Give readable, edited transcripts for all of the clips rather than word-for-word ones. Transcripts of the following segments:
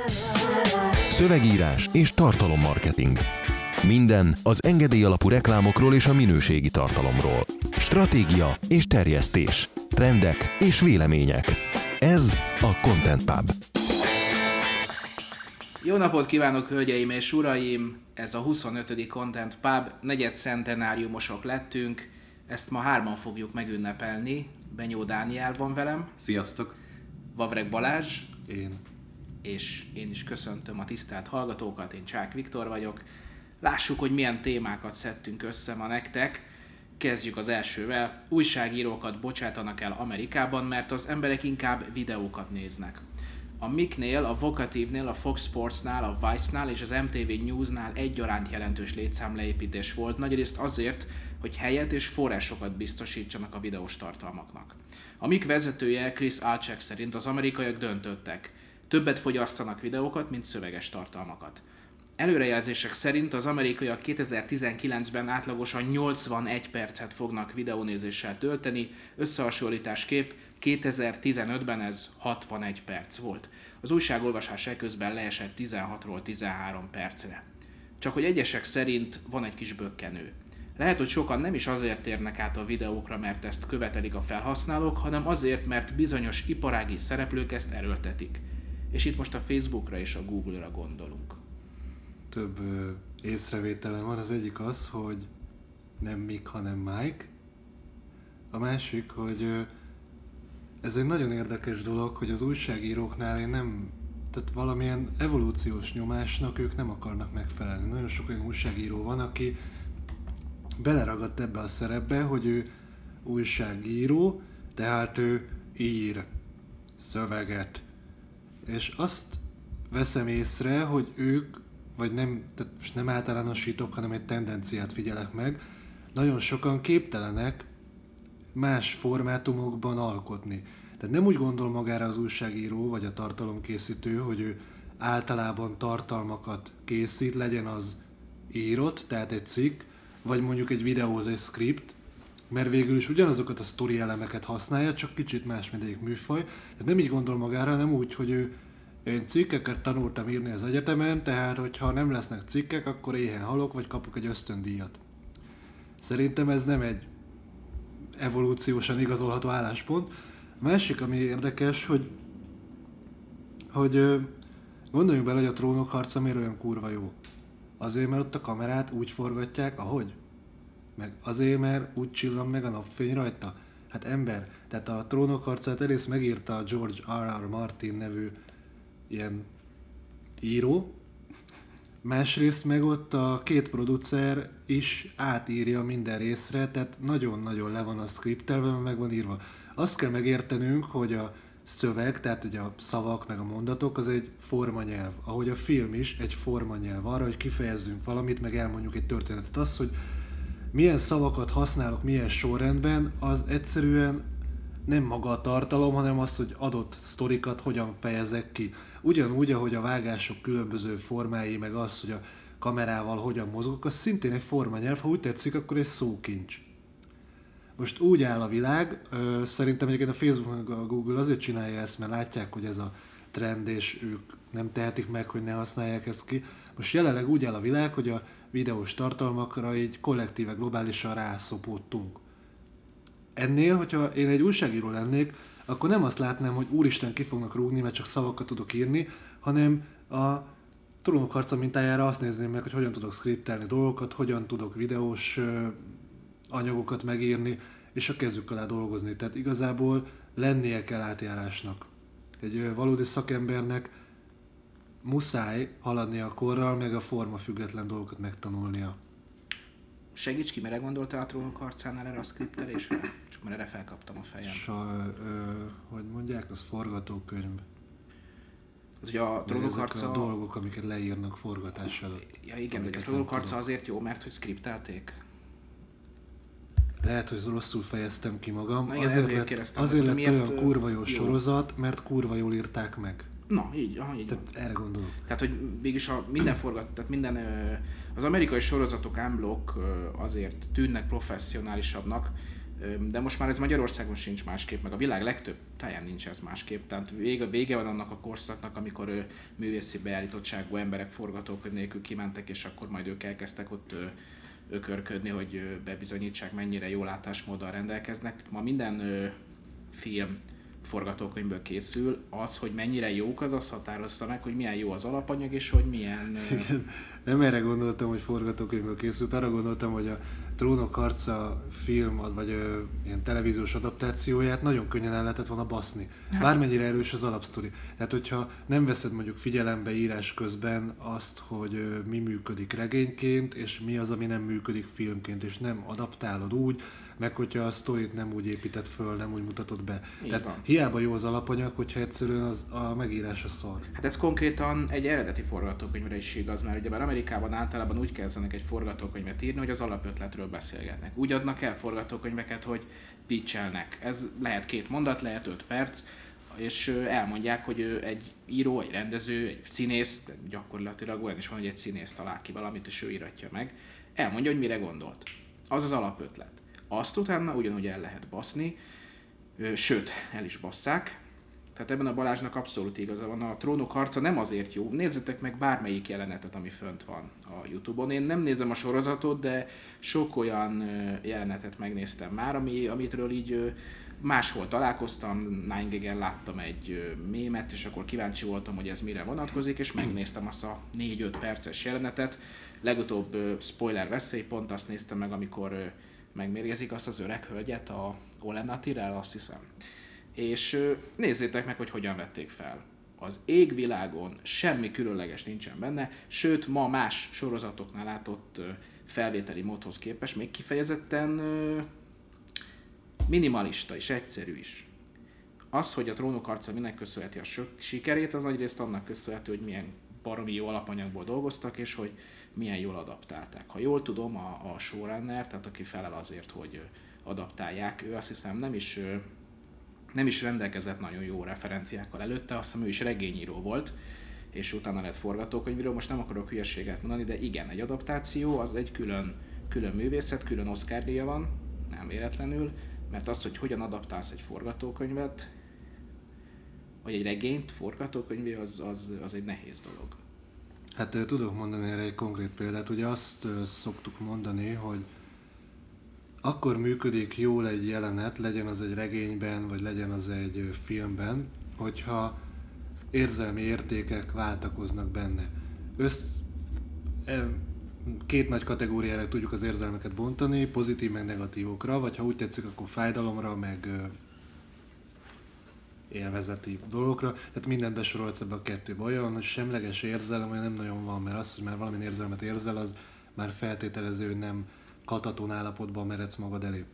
Szövegírás és tartalommarketing. Minden az engedély alapú reklámokról és a minőségi tartalomról. Stratégia és terjesztés. Trendek és vélemények. Ez a Content Pub. Jó napot kívánok, hölgyeim és uraim! Ez a 25. Content Pub, negyedcentenáriumosok lettünk. Ezt ma 3-an fogjuk megünnepelni. Benyó Dániel van velem. Sziasztok! Vavreg Balázs. Én. És én is köszöntöm a tisztelt hallgatókat, én Csák Viktor vagyok. Lássuk, hogy milyen témákat szedtünk össze ma nektek. Kezdjük az elsővel. Újságírókat bocsátanak el Amerikában, mert az emberek inkább videókat néznek. A Mic-nél, a Vocative-nél, a Fox Sportsnál, a Vice-nál és az MTV News-nál egyaránt jelentős létszámleépítés volt, nagyrészt azért, hogy helyet és forrásokat biztosítsanak a videós tartalmaknak. A Mic vezetője Chris Alczak szerint az amerikaiak döntöttek. Többet fogyasztanak videókat, mint szöveges tartalmakat. Előrejelzések szerint az amerikaiak 2019-ben átlagosan 81 percet fognak videónézéssel tölteni, összehasonlításképp 2015-ben ez 61 perc volt. Az újságolvasás eközben leesett 16-ról 13 percre. Csak hogy egyesek szerint van egy kis bökkenő. Lehet, hogy sokan nem is azért térnek át a videókra, mert ezt követelik a felhasználók, hanem azért, mert bizonyos iparági szereplők ezt erőltetik. És itt most a Facebookra és a Google-ra gondolunk. Több észrevételem van. Az egyik az, hogy nem Mic, hanem Mike. A másik, hogy ez egy nagyon érdekes dolog, hogy az újságíróknál tehát valamilyen evolúciós nyomásnak ők nem akarnak megfelelni. Nagyon sok olyan újságíró van, aki beleragadt ebbe a szerepbe, hogy ő újságíró, tehát ő ír szöveget. És azt veszem észre, hogy ők, vagy nem, tehát most nem általánosítok, hanem egy tendenciát figyelek meg, nagyon sokan képtelenek más formátumokban alkotni. Tehát nem úgy gondol magára az újságíró, vagy a tartalomkészítő, hogy ő általában tartalmakat készít, legyen az írott, tehát egy cikk, vagy mondjuk egy videózás script, mert végül is ugyanazokat a sztori elemeket használja, csak kicsit más, mint egyik műfaj. Tehát nem így gondol magára, hanem úgy, hogy én cikkeket tanultam írni az egyetemen, tehát hogyha nem lesznek cikkek, akkor éhen halok, vagy kapok egy ösztöndíjat. Szerintem ez nem egy evolúciósan igazolható álláspont. A másik, ami érdekes, hogy gondoljunk bele, hogy a Trónok harca miért olyan kurva jó. Azért, mert ott a kamerát úgy forgatják, ahogy? Meg azért, mert úgy csillan meg a napfény rajta. Hát ember, tehát a Trónok harcát egyrészt megírta a George R.R. Martin nevű ilyen író, másrészt meg ott a két producer is átírja minden részre, tehát nagyon-nagyon le van a skriptelve, meg van írva. Azt kell megértenünk, hogy a szöveg, tehát ugye a szavak meg a mondatok, az egy formanyelv. Ahogy a film is egy formanyelv arra, hogy kifejezzünk valamit, meg elmondjuk egy történetet. Az, hogy milyen szavakat használok, milyen sorrendben, az egyszerűen nem maga a tartalom, hanem az, hogy adott sztorikat hogyan fejezek ki. Ugyanúgy, ahogy a vágások különböző formái, meg az, hogy a kamerával hogyan mozgok, az szintén egy formanyelv, ha úgy tetszik, akkor egy szókincs. Most úgy áll a világ, szerintem egyébként a Facebook meg a Google azért csinálja ezt, mert látják, hogy ez a trend, és ők nem tehetik meg, hogy ne használják ezt ki. Most jelenleg úgy áll a világ, hogy a videós tartalmakra így kollektíve, globálisan rászopódtunk. Ennél, hogyha én egy újságíró lennék, akkor nem azt látnám, hogy úristen ki fognak rúgni, mert csak szavakat tudok írni, hanem a Trónok harca mintájára azt nézném meg, hogy hogyan tudok skriptelni dolgokat, hogyan tudok videós anyagokat megírni, és a kezük alá dolgozni. Tehát igazából lennie kell átjárásnak. Egy valódi szakembernek muszáj haladni a korral, meg a forma független dolgokat megtanulnia. Segíts ki, mire gondoltál a Trónok harcánál erre a skriptelésre? Csak már erre felkaptam a fejem. Hogy mondják, az forgatókönyv. Az ugye a Trónok harca... a dolgok, amiket leírnak forgatás előtt. Ja igen, de a Trónok harca azért jó, mert hogy skriptelték. Lehet, hogy rosszul fejeztem ki magam. Na, azért lett olyan kurva jó sorozat, mert kurva jól írták meg. Na, így tehát van. Erre gondolok. Tehát, hogy mégis az amerikai sorozatok unblock azért tűnnek professzionálisabbnak, De most már ez Magyarországon sincs másképp, meg a világ legtöbb táján nincs ez másképp. Tehát vége van annak a korszaknak, amikor művészi beállítottságú emberek forgatókönyv nélkül kimentek, és akkor majd ők elkezdtek ott ökörködni, hogy bebizonyítsák, mennyire jó látásmóddal rendelkeznek. Ma minden film forgatókönyvből készül, az, hogy mennyire jók, az határozza meg, hogy milyen jó az alapanyag, és hogy milyen... Igen. Nem erre gondoltam, hogy forgatókönyvből készült, arra gondoltam, hogy a Trónok harca film, vagy ilyen televíziós adaptációját nagyon könnyen el lehetett volna baszni. Bármennyire erős az alapsztori. Tehát, hogyha nem veszed mondjuk figyelembe írás közben azt, hogy mi működik regényként, és mi az, ami nem működik filmként, és nem adaptálod úgy, meg hogyha a sztorit nem úgy épített föl, nem úgy mutatod be. Így Tehát van. hiába jó az alapanyag, hogyha egyszerűen a megírás a szar. Hát ez konkrétan egy eredeti forgatókönyvre is igaz, mert ugyebár Amerikában általában úgy kezdenek egy forgatókönyvet írni, hogy az alapötletről beszélgetnek. Úgy adnak el forgatókönyveket, hogy pitchelnek. Ez lehet 2 mondat, lehet 5 perc, és elmondják, hogy egy író, egy rendező, egy színész, gyakorlatilag olyan is van, hogy egy színész talál ki valamit, és ő íratja meg, elmondja, hogy mire gondolt. Az az alapötlet. Azt utána ugyanúgy el lehet baszni, sőt, el is basszák. Tehát ebben a Balázsnak abszolút igaza van. A Trónok harca nem azért jó. Nézzetek meg bármelyik jelenetet, ami fönt van a YouTube-on. Én nem nézem a sorozatot, de sok olyan jelenetet megnéztem már, amitről így máshol találkoztam. 9gag-en láttam egy mémet, és akkor kíváncsi voltam, hogy ez mire vonatkozik, és megnéztem azt a 4-5 perces jelenetet. Legutóbb spoiler veszély, pont azt néztem meg, amikor megmérgezik azt az öreg hölgyet, a Olenna Tyrell, azt hiszem. És nézzétek meg, hogy hogyan vették fel. Az égvilágon semmi különleges nincsen benne, sőt ma más sorozatoknál látott felvételi módhoz képest még kifejezetten minimalista és egyszerű is. Az, hogy a Trónok harca minek köszönheti a sikerét, az nagyrészt annak köszönhető, hogy milyen baromi jó alapanyagból dolgoztak, és hogy milyen jól adaptálták. Ha jól tudom, a showrunner, tehát aki felel azért, hogy adaptálják, ő azt hiszem nem is rendelkezett nagyon jó referenciákkal előtte, azt hiszem ő is regényíró volt, és utána lett forgatókönyvíró. Most nem akarok hülyeséget mondani, de igen, egy adaptáció, az egy külön művészet, külön Oscar-díja van, nem véletlenül, mert az, hogy hogyan adaptálsz egy forgatókönyvet, vagy egy regényt forgatókönyvé, az egy nehéz dolog. Hát tudok mondani erre egy konkrét példát. Ugye azt szoktuk mondani, hogy akkor működik jól egy jelenet, legyen az egy regényben, vagy legyen az egy filmben, hogyha érzelmi értékek váltakoznak benne. 2 nagy kategóriára tudjuk az érzelmeket bontani, pozitív meg negatívokra, vagy ha úgy tetszik, akkor fájdalomra, meg élvezeti dolgokra. Tehát mindent besorolsz ebbe a 2-be. Olyan, hogy semleges érzelem, olyan nem nagyon van, mert az, hogy már valamilyen érzelmet érzel, az már feltételező, hogy nem kataton állapotban meredsz magad elé.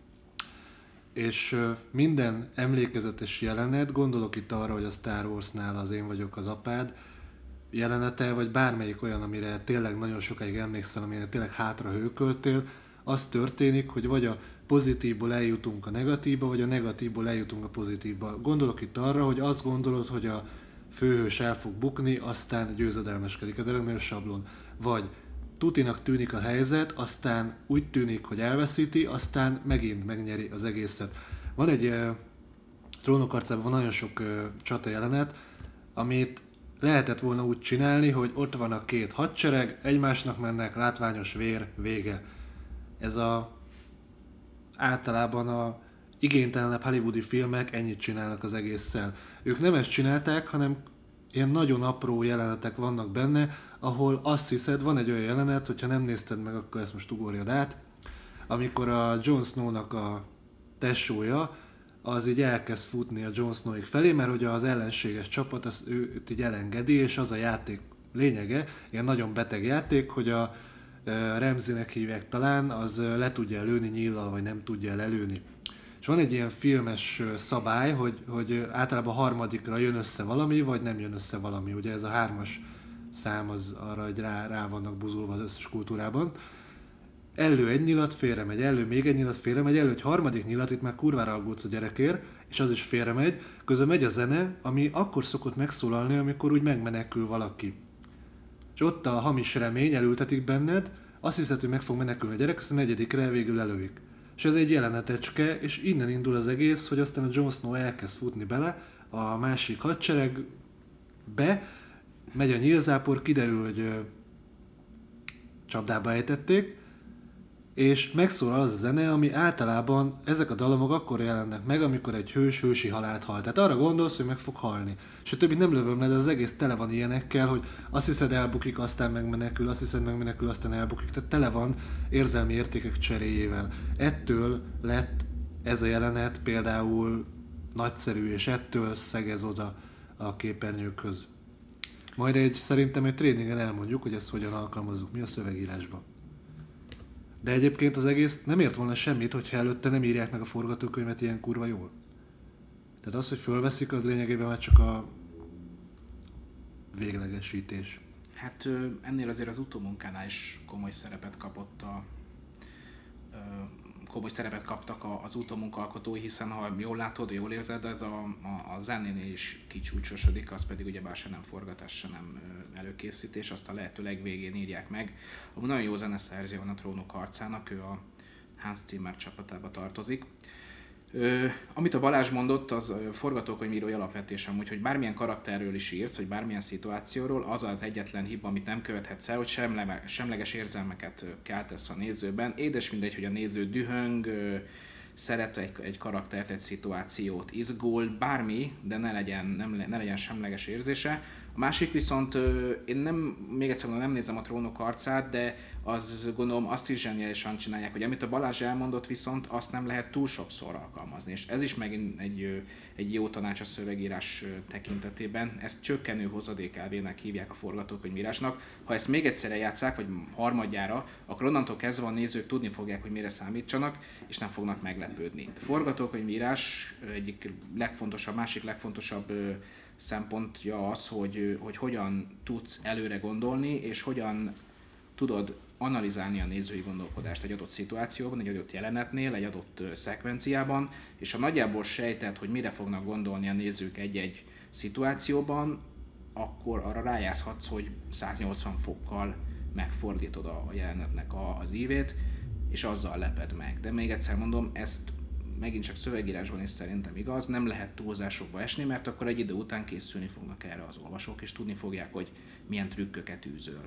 És minden emlékezetes jelenet, gondolok itt arra, hogy a Star Warsnál az Én vagyok az apád jelenete, vagy bármelyik olyan, amire tényleg nagyon sokáig emlékszel, amire tényleg hátra hőköltél, az történik, hogy vagy a pozitívból eljutunk a negatívba, vagy a negatívból eljutunk a pozitívba. Gondolok itt arra, hogy azt gondolod, hogy a főhős el fog bukni, aztán győzedelmeskedik. Ez elég sablon. Vagy tutinak tűnik a helyzet, aztán úgy tűnik, hogy elveszíti, aztán megint megnyeri az egészet. Van egy Trónok harcában van nagyon sok csata jelenet, amit lehetett volna úgy csinálni, hogy ott van a 2 hadsereg, egymásnak mennek, látványos vér, vége. Ez általában a igénytelenebb hollywoodi filmek ennyit csinálnak az egésszel. Ők nem ezt csinálták, hanem ilyen nagyon apró jelenetek vannak benne, ahol azt hiszed, van egy olyan jelenet, hogyha nem nézted meg, akkor ezt most ugorjad át, amikor a Jon Snow-nak a tesója, az így elkezd futni a Jon Snow-ig felé, mert ugye az ellenséges csapat az őt így elengedi, és az a játék lényege, ilyen nagyon beteg játék, hogy a Ramsaynek hívják talán, az le tudja lőni nyíllal, vagy nem tudja lelőni. És van egy ilyen filmes szabály, hogy általában a harmadikra jön össze valami, vagy nem jön össze valami. Ugye ez a 3-as szám az arra, hogy rá vannak buzulva az összes kultúrában. Elő egy nyilat, félremegy, elő még egy nyilat, félremegy, elő egy harmadik nyilat, itt már kurvára aggódsz a gyerekért, és az is félremegy, közben megy a zene, ami akkor szokott megszólalni, amikor úgy megmenekül valaki. És ott a hamis remény elültetik benned, azt hiszed, hogy meg fog menekülni a gyerek, aztán a 4-re végül előik. és ez egy jelenetecske, és innen indul az egész, hogy aztán a Jon Snow elkezd futni bele a másik hadseregbe, megy a nyílzápor, kiderül, hogy csapdába ejtették, és megszólal az a zene, ami általában ezek a dallamok akkor jelennek meg, amikor egy hős hősi halált hal. Tehát arra gondolsz, hogy meg fog halni. És a többit nem lövöm le, de az egész tele van ilyenekkel, hogy azt hiszed elbukik, aztán megmenekül, azt hiszed megmenekül, aztán elbukik. Tehát tele van érzelmi értékek cseréjével. Ettől lett ez a jelenet például nagyszerű, és ettől szegez oda a képernyőkhöz. Majd szerintem egy tréningen elmondjuk, hogy ezt hogyan alkalmazzuk mi a szövegírásban. De egyébként az egész nem ért volna semmit, hogyha előtte nem írják meg a forgatókönyvet ilyen kurva jól. Tehát az, hogy fölveszik, az lényegében már csak a véglegesítés. Hát ennél azért az utómunkánál is komoly szerepet kaptak az utómunkalkotói, hiszen ha jól látod, jól érzed, ez a zenénél is kicsúcsosodik, az pedig ugyebár se nem forgatás, se nem előkészítés, azt a lehető legvégén írják meg. Amúgy nagyon jó zeneszerző van a Trónok harcának, ő a Hans Zimmer csapatába tartozik. Amit a Balázs mondott, az forgatókönyvírói alapvetés amúgy, hogy bármilyen karakterről is írsz, vagy bármilyen szituációról, az az egyetlen hiba, amit nem követhetsz el, hogy semleges érzelmeket keltesz a nézőben. Édes mindegy, hogy a néző dühöng, szeret egy karaktert, egy szituációt, izgul, bármi, de ne legyen semleges érzése. A másik viszont, én még egyszer mondom, nem nézem a Trónok harcát, de gondolom azt is zseniálisan csinálják, hogy amit a Balázs elmondott, viszont azt nem lehet túl sokszor alkalmazni. És ez is megint egy jó tanács a szövegírás tekintetében. Ezt csökkenő hozadék elvének hívják a forgatókönyvírásnak. Ha ezt még egyszer eljátsszák, vagy harmadjára, akkor onnantól kezdve a nézők tudni fogják, hogy mire számítsanak, és nem fognak meglepődni. A forgatókönyvírás egyik másik legfontosabb szempontja az, hogy hogyan tudsz előre gondolni, és hogyan tudod analizálni a nézői gondolkodást egy adott szituációban, egy adott jelenetnél, egy adott szekvenciában, és ha nagyjából sejted, hogy mire fognak gondolni a nézők egy-egy szituációban, akkor arra rájátszhatsz, hogy 180 fokkal megfordítod a jelenetnek az ívét, és azzal leped meg. De még egyszer mondom, ezt megint csak szövegírásban is szerintem igaz, nem lehet túlzásokba esni, mert akkor egy idő után készülni fognak erre az olvasók, és tudni fogják, hogy milyen trükköket űzöl.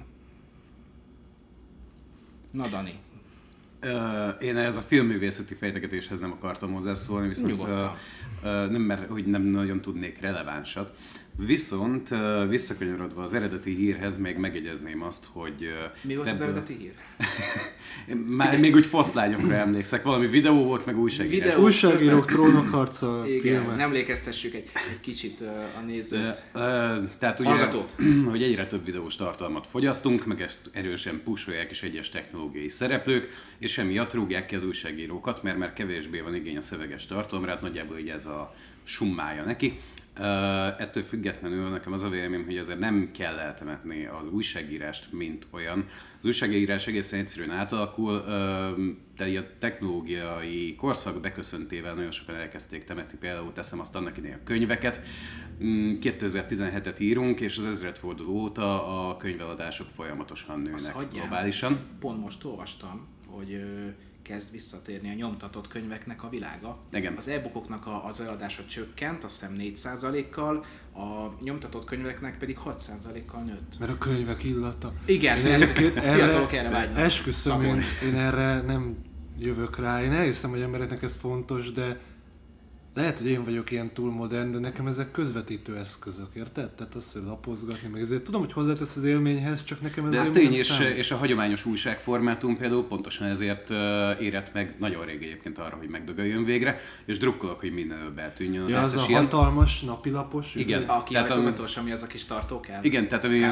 Na, Dani. Én ehhez a filmművészeti fejtegetéshez nem akartam hozzászólni, viszont nem, mert hogy nem nagyon tudnék relevánsat. Viszont visszakanyarodva az eredeti hírhez, még megjegyezném azt, hogy... Mi volt az eredeti hír? Már még úgy foszlányokra emlékszek, valami videó volt, meg újságírás. Újságírók, Trónok harca, filmek. Nem emlékeztessük egy kicsit a nézőt, tehát ugye, hallgatót. Hogy egyre több videós tartalmat fogyasztunk, meg ezt erősen pusolják is egyes technológiai szereplők, és emiatt rúgják ki az újságírókat, mert már kevésbé van igény a szöveges tartalomra, hát nagyjából így ez a summája neki. Ettől függetlenül nekem az a véleményem, hogy ezért nem kell eltemetni az újságírást, mint olyan. Az újságírás egészen egyszerűen átalakul, de a technológiai korszak beköszöntével nagyon sokan elkezdték temetni, például teszem azt annak idején a könyveket. 2017-et írunk, és az ezredforduló óta a könyveladások folyamatosan nőnek globálisan. Pont most olvastam, hogy kezd visszatérni a nyomtatott könyveknek a világa. Igen. Az e-bookoknak az eladása csökkent, azt hiszem 4%-kal, a nyomtatott könyveknek pedig 6%-kal nőtt. Mert a könyvek illata. Igen, a fiatalok erre vágynak. Esküszöm, én erre nem jövök rá. Én elhiszem, hogy embereknek ez fontos, de lehet, hogy én vagyok ilyen túl modern, de nekem ezek közvetítő eszközök, érted? Tehát azt, hogy lapozgatni, meg ezért tudom, hogy hozzátesz az élményhez, csak nekem ez... De ez tény, és a hagyományos újságformátum például pontosan ezért érett meg nagyon rég egyébként arra, hogy megdögöljön végre, és drukkolok, hogy mindenről eltűnjön az összes ilyen. Az a hatalmas napilapos? Igen. A kihajtogatós, ami az a kis tartókál? Igen, tehát ami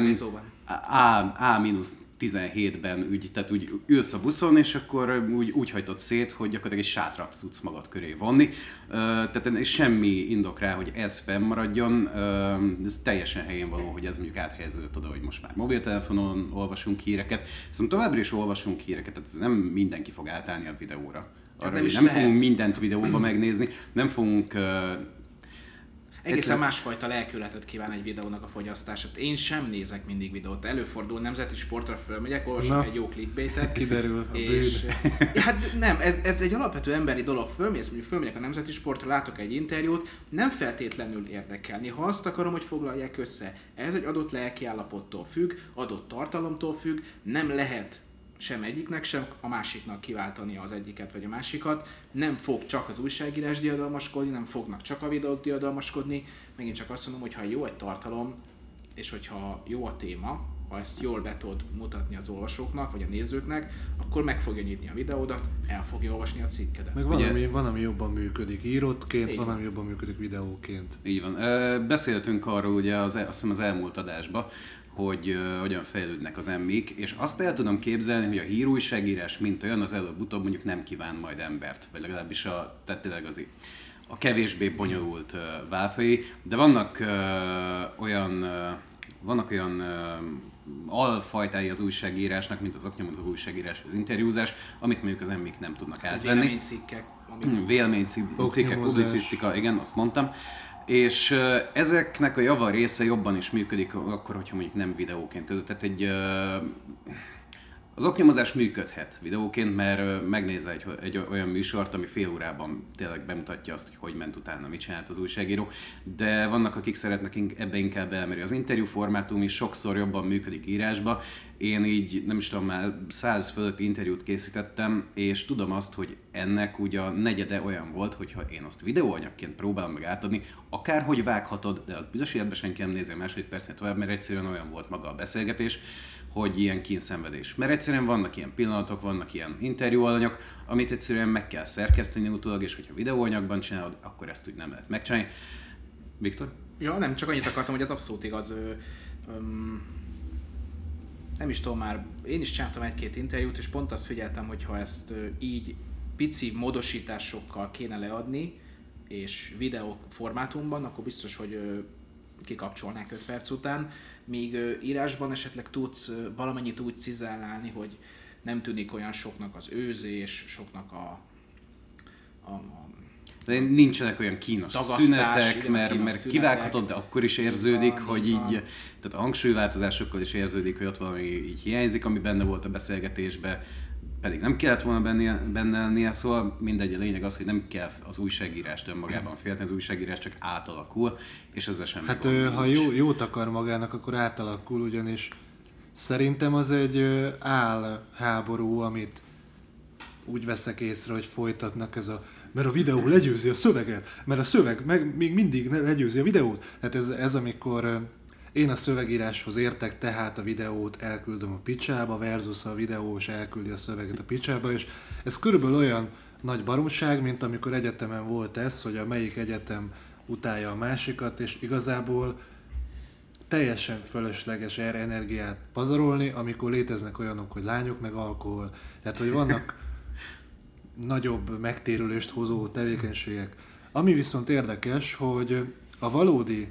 A-17-ben tehát úgy ülsz a buszon, és akkor úgy hajtod szét, hogy gyakorlatilag egy sátrat tudsz magad köré vonni. Tehát semmi indok rá, hogy ez fennmaradjon. Ez teljesen helyén való, hogy ez mondjuk áthelyeződött oda, hogy most már mobiltelefonon olvasunk híreket. Viszont továbbra is olvasunk híreket, tehát nem mindenki fog átállni a videóra. Arra, nem fogunk mindent videóba megnézni, nem fogunk... Egészen másfajta lelkületet kíván egy videónak a fogyasztását. Én sem nézek mindig videót. Előfordul, nemzeti sportra fölmegyek, olvasok egy jó clickbaitet. Kiderül a és, bűn. hát nem, ez egy alapvető emberi dolog. Fölmegyek a nemzeti sportra, látok egy interjút, nem feltétlenül érdekelni. Ha azt akarom, hogy foglalják össze. Ez egy adott lelkiállapottól függ, adott tartalomtól függ, nem lehet sem egyiknek, sem a másiknak kiváltani az egyiket vagy a másikat. Nem fog csak az újságírás diadalmaskodni, nem fognak csak a videók diadalmaskodni. Megint csak azt mondom, hogy ha jó egy tartalom, és hogyha jó a téma, ha ezt jól be tudod mutatni az olvasóknak, vagy a nézőknek, akkor meg fogja nyitni a videódat, el fogja olvasni a cikkedet. Meg van, ami jobban működik írottként, van, ami jobban működik videóként. Így van. Beszéltünk arról ugye azt hiszem az elmúlt adásban, hogy hogyan fejlődnek az emmik, és azt el tudom képzelni, hogy a hírújságírás mint olyan az előbb-utóbb mondjuk nem kíván majd embert, vagy legalábbis tényleg a kevésbé bonyolult válfai, de vannak olyan alfajtái az újságírásnak, mint az oknyomozó újságírás, az interjúzás, amit mondjuk az emmik nem tudnak átvenni. Véleménycikkek. Véleménycikkek, publicisztika, igen, azt mondtam. És ezeknek a java része jobban is működik akkor, hogyha mondjuk nem videóként között. Tehát az oknyomozás működhet videóként, mert megnézel egy olyan műsort, ami fél órában tényleg bemutatja azt, hogy ment utána, mit csinált az újságíró. De vannak, akik szeretnek ebbe inkább elmerni. Az interjú formátum is sokszor jobban működik írásba. Én így, nem is tudom, már 100 fölötti interjút készítettem, és tudom azt, hogy ennek ugye a negyede olyan volt, hogyha én azt videóanyagként próbálom meg átadni, akárhogy vághatod, de az biztos életben senki nem nézi a második percnél tovább, mert egyszerűen olyan volt maga a beszélgetés, hogy ilyen kínszenvedés. Mert egyszerűen vannak ilyen pillanatok, vannak ilyen interjúalanyok, amit egyszerűen meg kell szerkeszteni utólag, és hogyha videóanyagban csinálod, akkor ezt úgy nem lehet megcsinálni. Viktor? Ja, nem, csak annyit akartam, hogy ez abszolút igaz. Nem is tudom már, én is csináltam egy-két interjút, és pont azt figyeltem, hogy ha ezt így pici módosításokkal kéne leadni, és videó formátumban, akkor biztos, hogy kikapcsolnák 5 perc után, míg írásban esetleg tudsz valamennyit úgy cizellálni, hogy nem tűnik olyan soknak az őzés, soknak de nincsenek olyan kínos szünetek, igen, mert kivághatod, de akkor is érződik, hogy így, tehát a hangsúlyváltozásokkal is érződik, hogy ott valami így hiányzik, ami benne volt a beszélgetésben, pedig nem kellett volna benne lennie, szóval mindegy, a lényeg az, hogy nem kell az újságírást önmagában félteni, az újságírás csak átalakul, és ezzel semmi Hát ha jót akar magának, akkor átalakul, ugyanis szerintem az egy álháború, amit úgy veszek észre, hogy folytatnak mert a videó legyőzi a szöveget, mert a szöveg még mindig legyőzi a videót. Hát ez amikor én a szövegíráshoz értek, tehát a videót elküldöm a picsába, versus a videós elküldi a szöveget a picsába, és ez körülbelül olyan nagy baromság, mint amikor egyetemen volt ez, hogy a melyik egyetem utálja a másikat, és igazából teljesen fölösleges erre energiát pazarolni, amikor léteznek olyanok, hogy lányok meg alkohol. Tehát, hogy vannak nagyobb megtérülést hozó tevékenységek. Ami viszont érdekes, hogy a valódi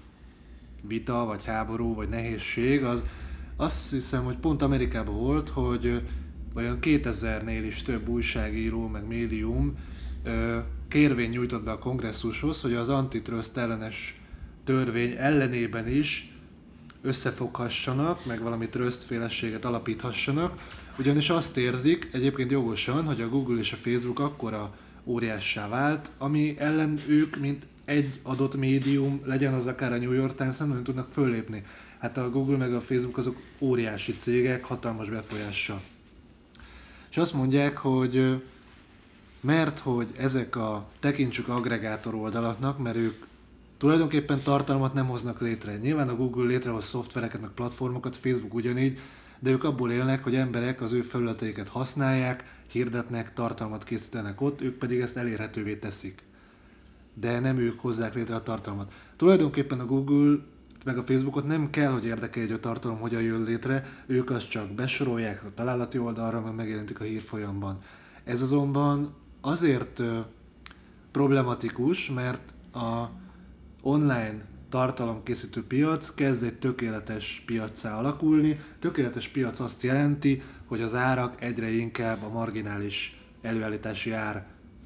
vita, vagy háború, vagy nehézség, az azt hiszem, hogy pont Amerikában volt, hogy olyan 2000-nél is több újságíró, meg médium kérvény nyújtott be a kongresszushoz, hogy az antitrust ellenes törvény ellenében is összefoghassanak, meg valami trustféleséget alapíthassanak, ugyanis azt érzik, egyébként jogosan, hogy a Google és a Facebook akkora óriássá vált, ami ellen ők, mint egy adott médium, legyen az akár a New York Times, nem nagyon tudnak föllépni. Hát a Google meg a Facebook azok óriási cégek, hatalmas befolyással. És azt mondják, hogy mert hogy ezek tekintsük aggregátor oldalaknak, mert ők tulajdonképpen tartalmat nem hoznak létre. Nyilván a Google létrehoz szoftvereket, meg platformokat, Facebook ugyanígy, de ők abból élnek, hogy emberek az ő felületeiket használják, hirdetnek, tartalmat készítenek ott, ők pedig ezt elérhetővé teszik. De nem ők hozzák létre a tartalmat. Tulajdonképpen a Google meg a Facebookot nem kell, hogy érdekelje, hogy a tartalom hogyan jön létre, ők azt csak besorolják a találati oldalra, meg megjelentik a hírfolyamban. Ez azonban azért problematikus, mert a online tartalomkészítő piac kezd egy tökéletes piaccá alakulni. Tökéletes piac azt jelenti, hogy az árak egyre inkább a marginális előállítási ár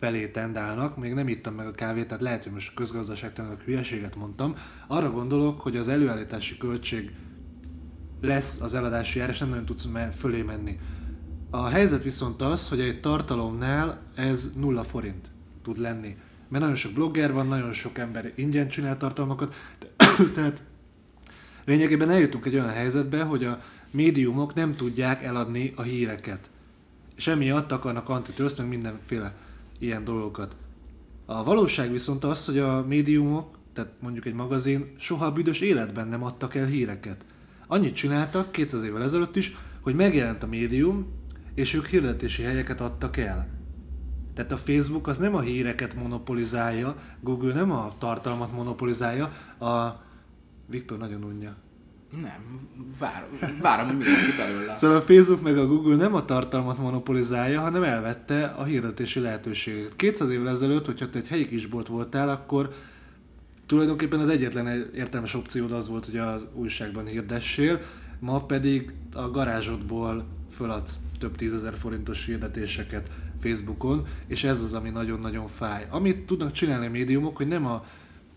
felé tendálnak, még nem ittam meg a kávét, tehát lehet, hogy most közgazdaságtanilag hülyeséget mondtam. Arra gondolok, hogy az előállítási költség lesz az eladási ár, és nem nagyon tudsz fölé menni. A helyzet viszont az, hogy egy tartalomnál ez 0 forint tud lenni. Mert nagyon sok blogger van, nagyon sok ember ingyen csinál tartalmakat, tehát lényegében eljutunk egy olyan helyzetbe, hogy a médiumok nem tudják eladni a híreket. És emiatt akarnak antitrust, meg mindenféle ilyen dolgokat. A valóság viszont az, hogy a médiumok, tehát mondjuk egy magazin, soha a büdös életben nem adtak el híreket. Annyit csináltak 200 évvel ezelőtt is, hogy megjelent a médium, és ők hirdetési helyeket adtak el. Tehát a Facebook az nem a híreket monopolizálja, Google nem a tartalmat monopolizálja, a... Viktor nagyon unja. Nem, várom, hogy mindenki belőle. Szóval a Facebook meg a Google nem a tartalmat monopolizálja, hanem elvette a hirdetési lehetőséget. 200 évvel ezelőtt, hogyha te egy helyi kisbolt voltál, akkor tulajdonképpen az egyetlen értelmes opciód az volt, hogy az újságban hirdessél, ma pedig a garázsodból föladsz több 10 000 forintos hirdetéseket Facebookon, és ez az, ami nagyon-nagyon fáj. Amit tudnak csinálni a médiumok, hogy nem a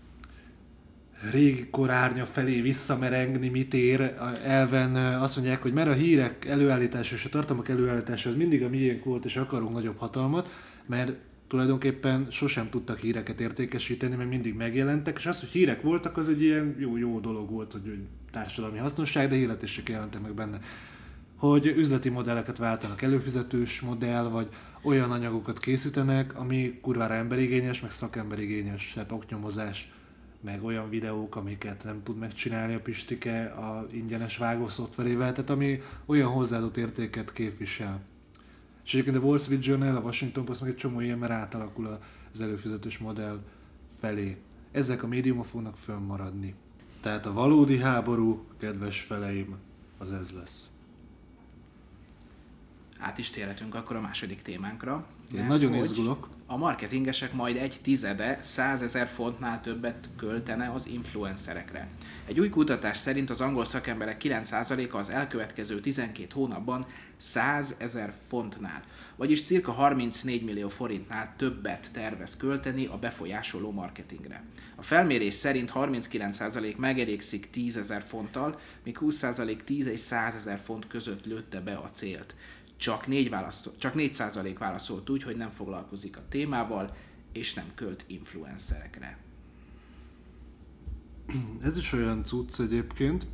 régi korárnya felé visszamerengni, mit ér elven azt mondják, hogy mert a hírek előállítása és a tartalmak előállítása az mindig a miénk volt, és akarunk nagyobb hatalmat, mert tulajdonképpen sosem tudtak híreket értékesíteni, mert mindig megjelentek, és az, hogy hírek voltak, az egy ilyen jó dolog volt, hogy társadalmi hasznosság, de hirdetések jelentek meg benne. Hogy üzleti modelleket váltanak, előfizetős modell, vagy olyan anyagokat készítenek, ami kurvára emberigényes, meg szakemberigényes, tehát oknyomozás, meg olyan videók, amiket nem tud megcsinálni a Pistike a ingyenes vágó szoftverével, tehát ami olyan hozzáadott értéket képvisel. És egyébként a Wall Street Journal, a Washington Post meg egy csomó ilyen, mert átalakul az előfizetős modell felé. Ezek a médiumok fognak fönnmaradni. Tehát a valódi háború, kedves feleim, az ez lesz. Át is térhetünk akkor a második témánkra. Én nagyon izgulok. A marketingesek majd 1/10 100 000 fontnál többet költene az influencerekre. Egy új kutatás szerint az angol szakemberek 9%-a az elkövetkező 12 hónapban 100 000 fontnál, vagyis cirka 34 millió forintnál többet tervez költeni a befolyásoló marketingre. A felmérés szerint 39% megelégszik 10 000 fonttal, míg 20% 10 és 100 000 font között lőtte be a célt. Csak 4% válaszolt úgy, hogy nem foglalkozik a témával, és nem költ influencerekre. Ez is olyan cucc egyébként,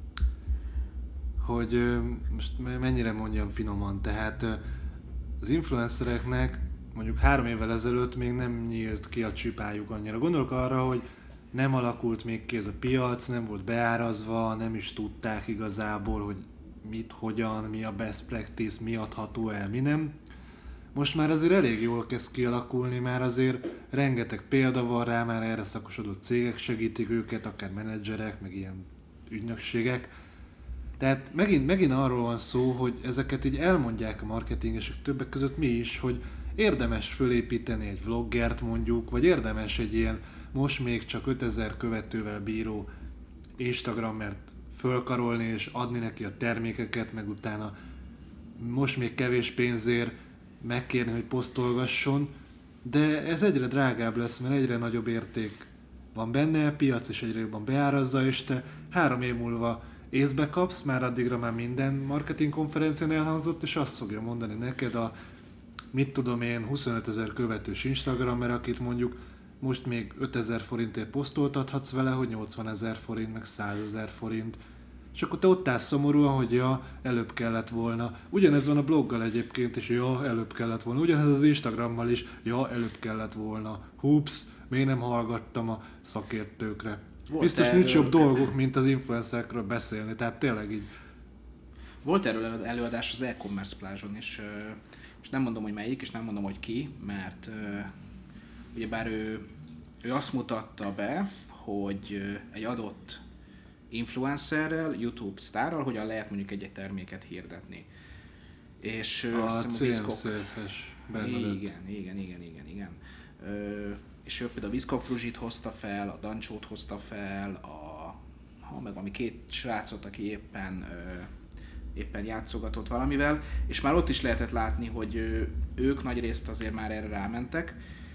hogy most mennyire mondjam finoman, tehát az influencereknek mondjuk 3 évvel ezelőtt még nem nyílt ki a csipájuk annyira. Gondolok arra, hogy nem alakult még ki ez a piac, nem volt beárazva, nem is tudták igazából, hogy mit, hogyan, mi a best practice, mi adható el, mi nem. Most már azért elég jól kezd kialakulni, már azért rengeteg példa van rá, már erre szakosodott cégek segítik őket, akár menedzserek, meg ilyen ügynökségek. Tehát megint arról van szó, hogy ezeket így elmondják a marketingesek, többek között mi is, hogy érdemes fölépíteni egy vloggert mondjuk, vagy érdemes egy ilyen most még csak 5000 követővel bíró Instagramert fölkarolni és adni neki a termékeket, meg utána most még kevés pénzért megkérni, hogy posztolgasson, de ez egyre drágább lesz, mert egyre nagyobb érték van benne, a piac is egyre jobban beárazza, és te 3 év múlva észbe kapsz, már addigra már minden marketing konferencián elhangzott, és azt fogja mondani neked a, mit tudom én, 25 000 követős Instagramer, akit mondjuk most még 5000 forintért posztoltathatsz vele, hogy 80 000 forint, meg 100 000 forint. És akkor te ott állsz szomorúan, hogy ja, előbb kellett volna. Ugyanez van a bloggal egyébként, és ja, előbb kellett volna. Ugyanez az Instagrammal is, ja, előbb kellett volna. Hups, miért nem hallgattam a szakértőkre. Volt biztos nincs jobb dolgok, mint az influencerekről beszélni, tehát tényleg így. Volt erről előadás az e-commerce plázson, és nem mondom, hogy melyik, és nem mondom, hogy ki, mert ugyebár ő azt mutatta be, hogy egy adott influencerrel, YouTube sztárral, hogyan lehet mondjuk egy terméket hirdetni. És a CMCS-es Bernadett. Igen. És ő például a Viszkok Fruzsit hozta fel, a Dancsót hozta fel, meg valami 2 srácot, aki éppen éppen játszogatott valamivel, és már ott is lehetett látni, hogy ők nagyrészt azért már erre rámentek,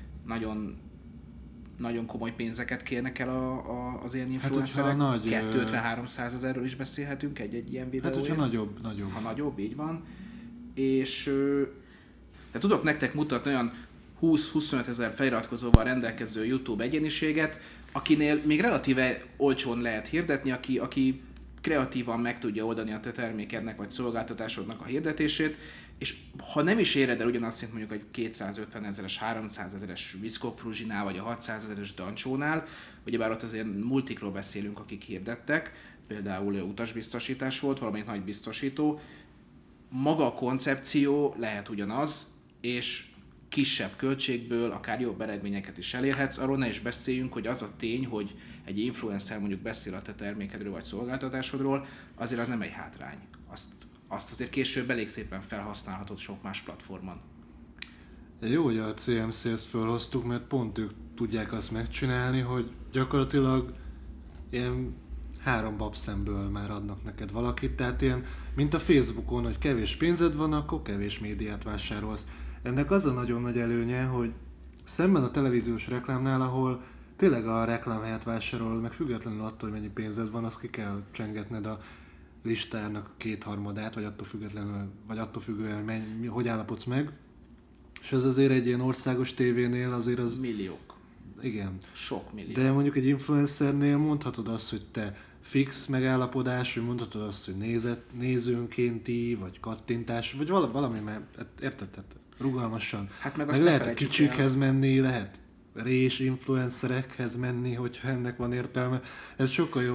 nagyon komoly pénzeket kérnek el az ilyen influencerek. Hát, 250-300 ezerről is beszélhetünk egy ilyen videóért. Hát, hogyha nagyobb. Ha nagyobb, így van. És de tudok nektek mutatni olyan 20-25 ezer feliratkozóval rendelkező YouTube egyéniséget, akinél még relatíve olcsón lehet hirdetni, aki kreatívan meg tudja oldani a te termékednek vagy szolgáltatásodnak a hirdetését, és ha nem is éred el ugyanazt, mint mondjuk egy 250 ezeres, 300 ezeres Viszkok Fruzsinál, vagy a 600 ezeres Dancsónál, ugyebár ott azért multikról beszélünk, akik hirdettek, például utasbiztosítás volt, valamelyik nagy biztosító, maga a koncepció lehet ugyanaz, és kisebb költségből akár jobb eredményeket is elérhetsz. Arról ne is beszéljünk, hogy az a tény, hogy egy influencer mondjuk beszél a te termékedről vagy szolgáltatásodról, azért az nem egy hátrány. Azt azért később elég szépen felhasználhatod sok más platformon. Jó, hogy a CMC-t felhoztuk, mert pont ők tudják azt megcsinálni, hogy gyakorlatilag ilyen 3 babszemből már adnak neked valakit, tehát ilyen, mint a Facebookon, hogy kevés pénzed van, akkor kevés médiát vásárolsz. Ennek az a nagyon nagy előnye, hogy szemben a televíziós reklámnál, ahol tényleg a reklám helyett vásárolod, meg függetlenül attól, hogy mennyi pénzed van, azt ki kell csengetned a listának a 2/3, vagy attól függően, hogy állapodsz meg. És ez azért egy ilyen országos tévénél azért az... Milliók. Igen. Sok millió. De mondjuk egy influencernél mondhatod azt, hogy te fix megállapodás, vagy mondhatod azt, hogy nézőnkénti, vagy kattintás, vagy valami, mert érted? Rugalmasan. Hát meg lehet a kicsikhez menni, lehet rés influencerekhez menni, hogyha ennek van értelme. Ez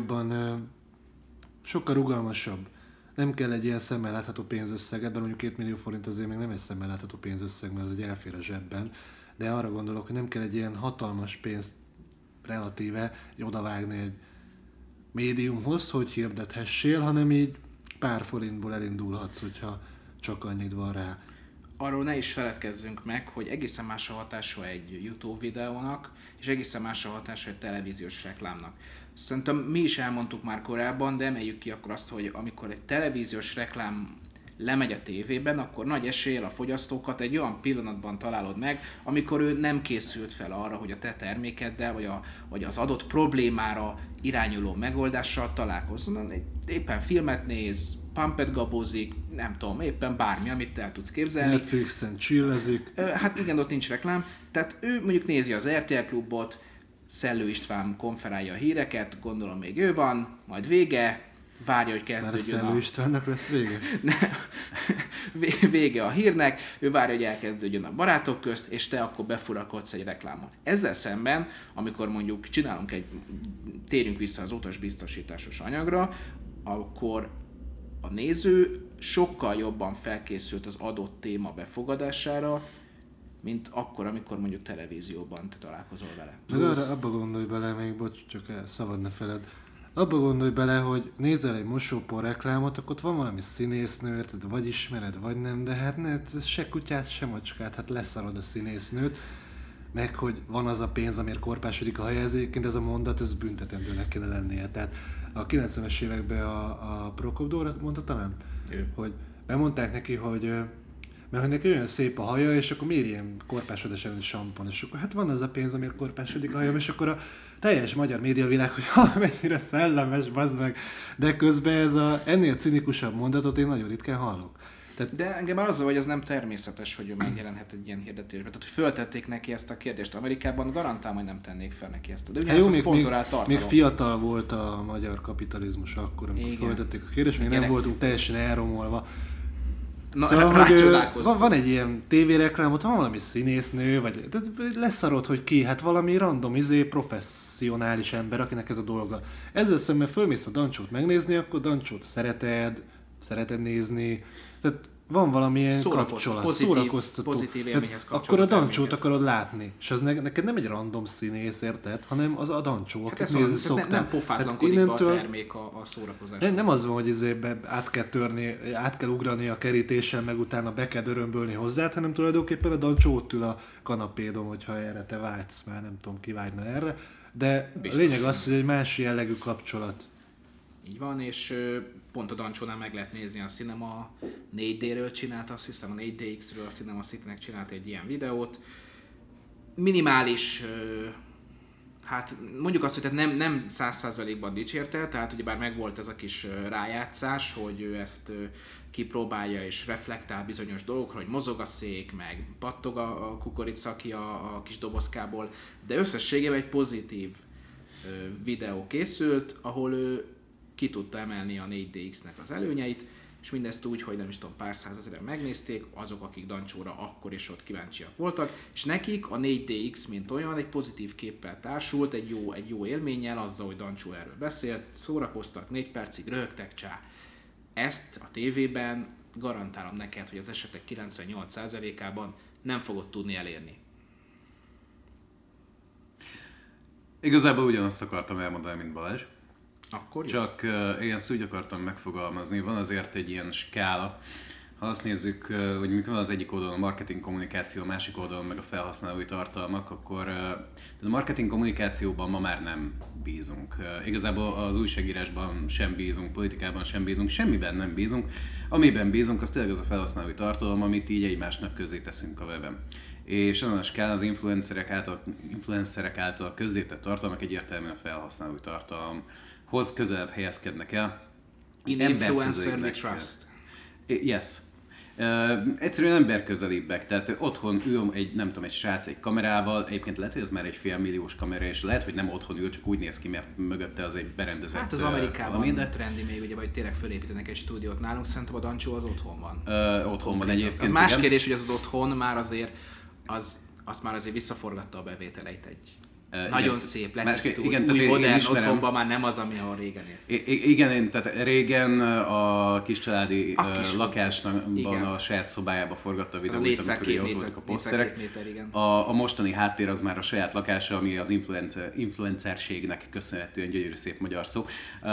sokkal rugalmasabb. Nem kell egy ilyen szemmel látható pénzösszeget, de mondjuk 2 millió forint azért még nem egy szemmel látható pénzösszeg, mert az egy elfér a zsebben. De arra gondolok, hogy nem kell egy ilyen hatalmas pénzt relatíve odavágni egy médiumhoz, hogy hirdethessél, hanem így pár forintból elindulhatsz, hogyha csak annyit van rá. Arról ne is feledkezzünk meg, hogy egészen más a hatása egy YouTube videónak, és egészen más a hatása egy televíziós reklámnak. Szerintem mi is elmondtuk már korábban, de emeljük ki akkor azt, hogy amikor egy televíziós reklám lemegy a tévében, akkor nagy eséllyel a fogyasztókat egy olyan pillanatban találod meg, amikor ő nem készült fel arra, hogy a te termékeddel, vagy az adott problémára irányuló megoldással találkozzon. Éppen filmet néz, pumpet gabozik, nem tudom, éppen bármi, amit el tudsz képzelni. Netflixen chillezik. Hát igen, ott nincs reklám. Tehát ő mondjuk nézi az RTL Klubot, Szellő István konferálja a híreket, gondolom még ő van, majd vége, várja, hogy kezdődjön Szellő Istvánnak lesz vége? Vége a hírnek, ő várja, hogy elkezdődjön a barátok közt, és te akkor befurakodsz egy reklámot. Ezzel szemben, amikor mondjuk térjünk vissza az utasbiztosításos anyagra, akkor a néző sokkal jobban felkészült az adott téma befogadására, mint akkor, amikor mondjuk televízióban te találkozol vele. Meg abba gondolj bele, még bocs, csak szabad ne feled. Abba gondolj bele, hogy nézel egy mosópor reklámot, akkor ott van valami színésznő, vagy ismered, vagy nem, de hát se kutyát, se macskát, hát leszarod a színésznőt. Meg, hogy van az a pénz, amiért korpásodik a haja, ezért ez a mondat, ez büntetendőnek kéne lennie. Tehát a 90-es években a Prokop Dóra mondta talán, hogy bemondták neki, hogy mert neki olyan szép a haja, és akkor miért ilyen korpásodás elleni sampon, és akkor hát van az a pénz, amiért korpásodik a hajam, és akkor a teljes magyar médiavilág, hogy mennyire szellemes, bazd meg, de közben ennél cinikusabb mondatot én nagyon ritkán hallok. De engem már azzal, hogy ez nem természetes, hogy ő megjelenhet egy ilyen hirdetésben. Tehát, hogy föltették neki ezt a kérdést. Amerikában garantál, hogy nem tennék fel neki ezt. De ugye ez a szponzorált tartalom. Még fiatal volt a magyar kapitalizmus akkor, amikor föltették a kérdést, még nem voltunk teljesen elromolva. Na, szóval, hogy van egy ilyen tévéreklám, ott van valami színésznő, vagy leszarod, hogy ki, hát valami random, professzionális ember, akinek ez a dolga. Ezzel szemben fölmész a Dancsót megnézni, akkor Dancsót szereted nézni, tehát van valamilyen kapcsolat, szórakoztató. Pozitív élményhez akkor a Dancsót akarod látni, és az neked nem egy random színész, érted, hanem az a Dancsó, hát akit nézni szoktál. Nem pofátlankodik be a termék a szórakozásra. Nem az van, hogy át kell ugrani a kerítésen, meg utána be kell dörömbölni hozzá, hanem tulajdonképpen a Dancsó ott ül a kanapédon, hogyha erre te vágysz, már nem tudom, ki vágyna erre. De biztos, a lényeg az, hogy egy más jellegű kapcsolat. Így van, és pont a Dancsónál meg lehet nézni, a Cinema 4D-ről csinálta, azt hiszem a 4DX-ről, a Cinema City-nek csinált egy ilyen videót. Minimális, hát mondjuk azt, hogy tehát nem 100%-ban dicsérte, tehát ugyebár megvolt ez a kis rájátszás, hogy ő ezt kipróbálja és reflektál bizonyos dolgokra, hogy mozog a szék, meg pattog a kukorica ki a kis dobozkából, de összességében egy pozitív videó készült, ahol ő ki tudta emelni a 4DX-nek az előnyeit, és mindezt úgy, hogy nem is tudom, pár százezeren megnézték, azok, akik Dancsóra akkor is ott kíváncsiak voltak, és nekik a 4DX, mint olyan, egy pozitív képpel társult, egy jó élménnyel, azzal, hogy Dancsó erről beszélt, szórakoztak, 4 percig röhögtek, csá. Ezt a tévében garantálom neked, hogy az esetek 98%-ában nem fogod tudni elérni. Igazából ugyanazt akartam elmondani, mint Balázs. Akkor jó. Csak én ezt úgy akartam megfogalmazni, van azért egy ilyen skála. Ha azt nézzük, hogy mikor van az egyik oldalon a marketing kommunikáció, a másik oldalon meg a felhasználói tartalmak, akkor a marketing kommunikációban ma már nem bízunk. Igazából az újságírásban sem bízunk, politikában sem bízunk, semmiben nem bízunk. Amiben bízunk, az tényleg az a felhasználói tartalom, amit így egymásnak közzé teszünk a weben. És ezen a skálán az influencerek által közzétett tartalmak egyértelműen a felhasználói tartalomhoz közelebb helyezkednek el. In influencer we trust. Yes. Egyszerűen emberközelibbek, tehát otthon ül egy srác egy kamerával, egyébként lehet, hogy ez már egy félmilliós kamera, és lehet, hogy nem otthon ül, csak úgy néz ki, mert mögötte az egy berendezett. Hát az Amerikában trendi még, ugye, vagy tényleg fölépítenek egy stúdiót nálunk, szerintem a Dancsó az otthon van. Otthon van egyébként. Az más kérdés, hogy az otthon már azért, azt már azért visszaforgatta a bevételeit egy nagyon szép, letisztult, új modern otthonban már nem az, ami ahol régen élt. Igen, tehát régen a kiscsaládi lakásban a saját szobájába forgatta a videót, amikor ott voltak a poszterek. A mostani háttér az már a saját lakása, ami az influencerségnek köszönhetően, gyönyörű szép magyar szó,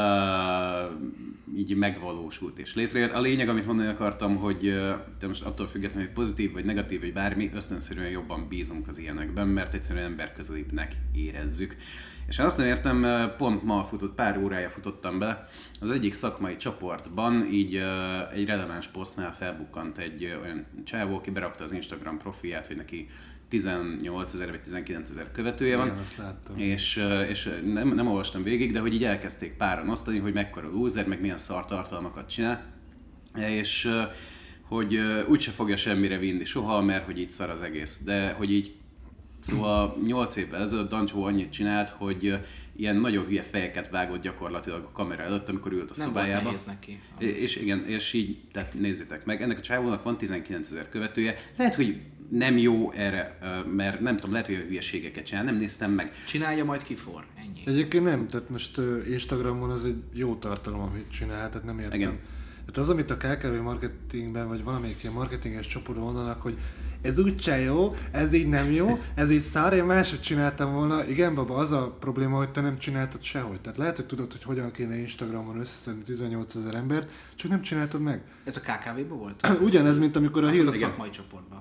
így megvalósult és létrejött. A lényeg, amit mondani akartam, hogy de most attól függetlenül, hogy pozitív vagy negatív, vagy bármi, ösztönszerűen jobban bízunk az ilyenekben, mert egyszerűen emberközelibbnek érezzük. És azt nem értem, pont ma pár órája futottam be, az egyik szakmai csoportban így egy releváns posztnál felbukkant egy olyan csávó, aki berakta az Instagram profilját, hogy neki 18 000 vagy 19 000 követője van. Igen, azt láttam. És nem olvastam végig, de hogy így elkezdték páran osztani, hogy mekkora loser, meg milyen szar tartalmakat csinál. És hogy úgyse fogja semmire vinni soha, mert hogy így szar az egész. De hogy így szóval 8 évvel ezelőtt Dancsó annyit csinált, hogy ilyen nagyon hülye fejeket vágott gyakorlatilag a kamera előtt, amikor ült a szobájába. Nem volt neki. És igen, és így, tehát nézzétek meg, ennek a csávónak van 19 000 követője. Lehet, hogy nem jó erre, mert nem tudom, lehet, hogy hülyeségeket csinál, nem néztem meg. Csinálja, majd kifor, ennyi. Egyébként nem, tehát most Instagramon az egy jó tartalom, amit csinál, tehát nem értem. Igen. Tehát az, amit a KKV marketingben, vagy valamelyik ilyen marketinges csoportban mondanak, hogy ez úgyse jó, ez így nem jó, ez így szár, én máshogy csináltam volna. Igen, baba, az a probléma, hogy te nem csináltad sehogy. Tehát lehet, hogy tudod, hogy hogyan kéne Instagramon összeszedni 18 000 embert, csak nem csináltad meg. Ez a KKV-ban volt? Ugyanez, mint amikor a hír... szakmai csoportban.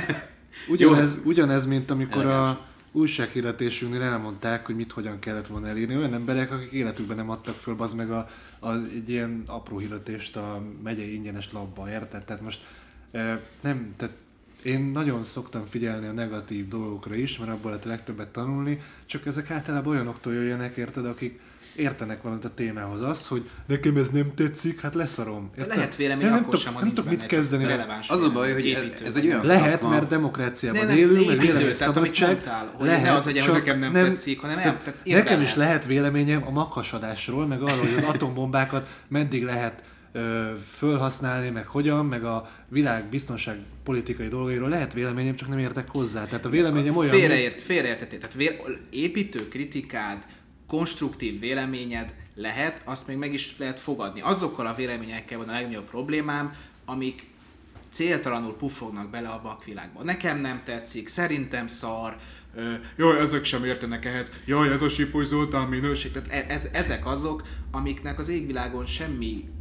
Ugyanez, mint amikor a újsághirdetésünknél elmondták, hogy mit hogyan kellett volna elírni. Olyan emberek, akik életükben nem adtak föl az meg egy ilyen apró hirdetést a megyei ingyenes labba, érted? Tehát most nem, tehát én nagyon szoktam figyelni a negatív dolgokra is, mert abból lehet a legtöbbet tanulni, csak ezek általában olyanoktól jöjjenek, érted, akik értenek valamit a témához. Az, hogy nekem ez nem tetszik, hát leszarom. De lehet vélemény akkor sem, nem tudok mit kezdeni. Az a baj, hogy ez egy olyan lehet, szakma... mert demokráciában élünk, meg véleményszabadság. Lehet, ne az legyen, hogy nekem nem tetszik, hanem nekem is lehet véleményem a maghasadásról, meg arról, hogy az atombombákat meddig lehet fölhasználni, meg hogyan, meg a világ biztonságpolitikai dolgairól lehet véleményem, csak nem értek hozzá. Tehát a véleményem olyan... Félreértettél. Tehát építő kritikád, konstruktív véleményed lehet, azt még meg is lehet fogadni. Azokkal a véleményekkel van a legnagyobb problémám, amik céltalanul puffognak bele a vakvilágba. Nekem nem tetszik, szerintem szar, jaj, ezek sem értenek ehhez, jaj, ez a Sipos Zoltán minőség. Tehát ezek azok, amiknek az égvilágon semmi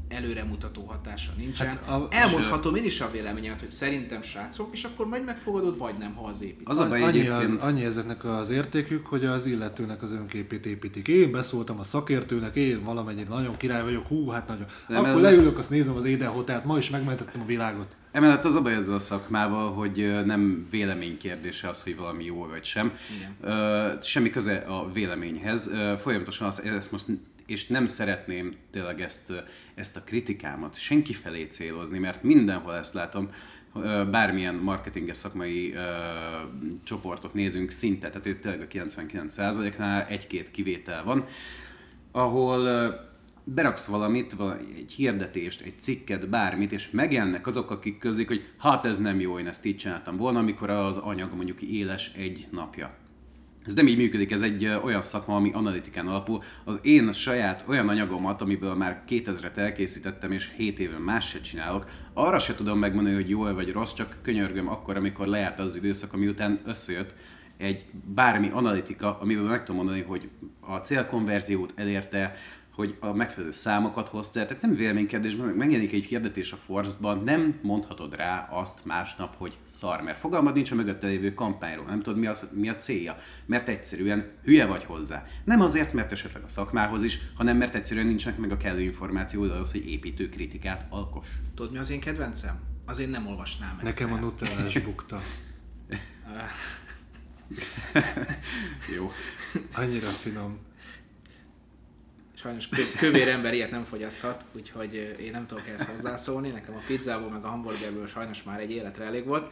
előremutató hatása nincsen. Elmondhatom én is a véleményemet, hogy szerintem srácok, és akkor majd megfogadod, vagy nem, ha az épít. Annyi ezeknek az értékük, hogy az illetőnek az önképét építik. Én beszóltam a szakértőnek, én valamennyit nagyon király vagyok, hát nagyon. Akkor leülök, azt nézem az Eden Hotelt, ma is megmentettem a világot. Emellett az a baj ezzel a szakmával, hogy nem véleménykérdése az, hogy valami jó vagy sem. Semmi köze a véleményhez. Folyamatosan ezt most, és nem szeretném tényleg ezt a kritikámat senki felé célozni, mert mindenhol ezt látom, bármilyen marketinges szakmai csoportot nézünk szinte, tehát itt tényleg a 99%-nál egy-két kivétel van, ahol beraksz valamit, egy hirdetést, egy cikket, bármit, és megjelennek azok, akik közlik, hogy hát ez nem jó, én ezt így csináltam volna, amikor az anyag mondjuk éles egy napja. Ez nem így működik, ez egy olyan szakma, ami analitikán alapul. Az én saját olyan anyagomat, amiből már 2000-et elkészítettem, és 7 éven más se csinálok, arra se tudom megmondani, hogy jó vagy rossz, csak könyörgöm akkor, amikor lejárt az időszak, ami után összejött egy bármi analitika, amiből meg tudom mondani, hogy a célkonverziót elérte, hogy a megfelelő számokat hoztál, tehát nem véleménykérdésben, megjelenik egy hirdetés a Forbes-ban, nem mondhatod rá azt másnap, hogy szar, mert fogalmad nincs a mögötte lévő kampányról, nem tudod mi a célja, mert egyszerűen hülye vagy hozzá. Nem azért, mert esetleg a szakmához is, hanem mert egyszerűen nincsenek meg a kellő információd ahhoz, hogy építő kritikát alkoss. Tudod, mi az én kedvencem? Azért nem olvasnám ezt. Nekem a nutellás bukta. Jó. Annyira finom. Sajnos kövér ember ilyet nem fogyaszthat, úgyhogy én nem tudok ehhez hozzászólni. Nekem a pizzából meg a hamburgerből sajnos már egy életre elég volt.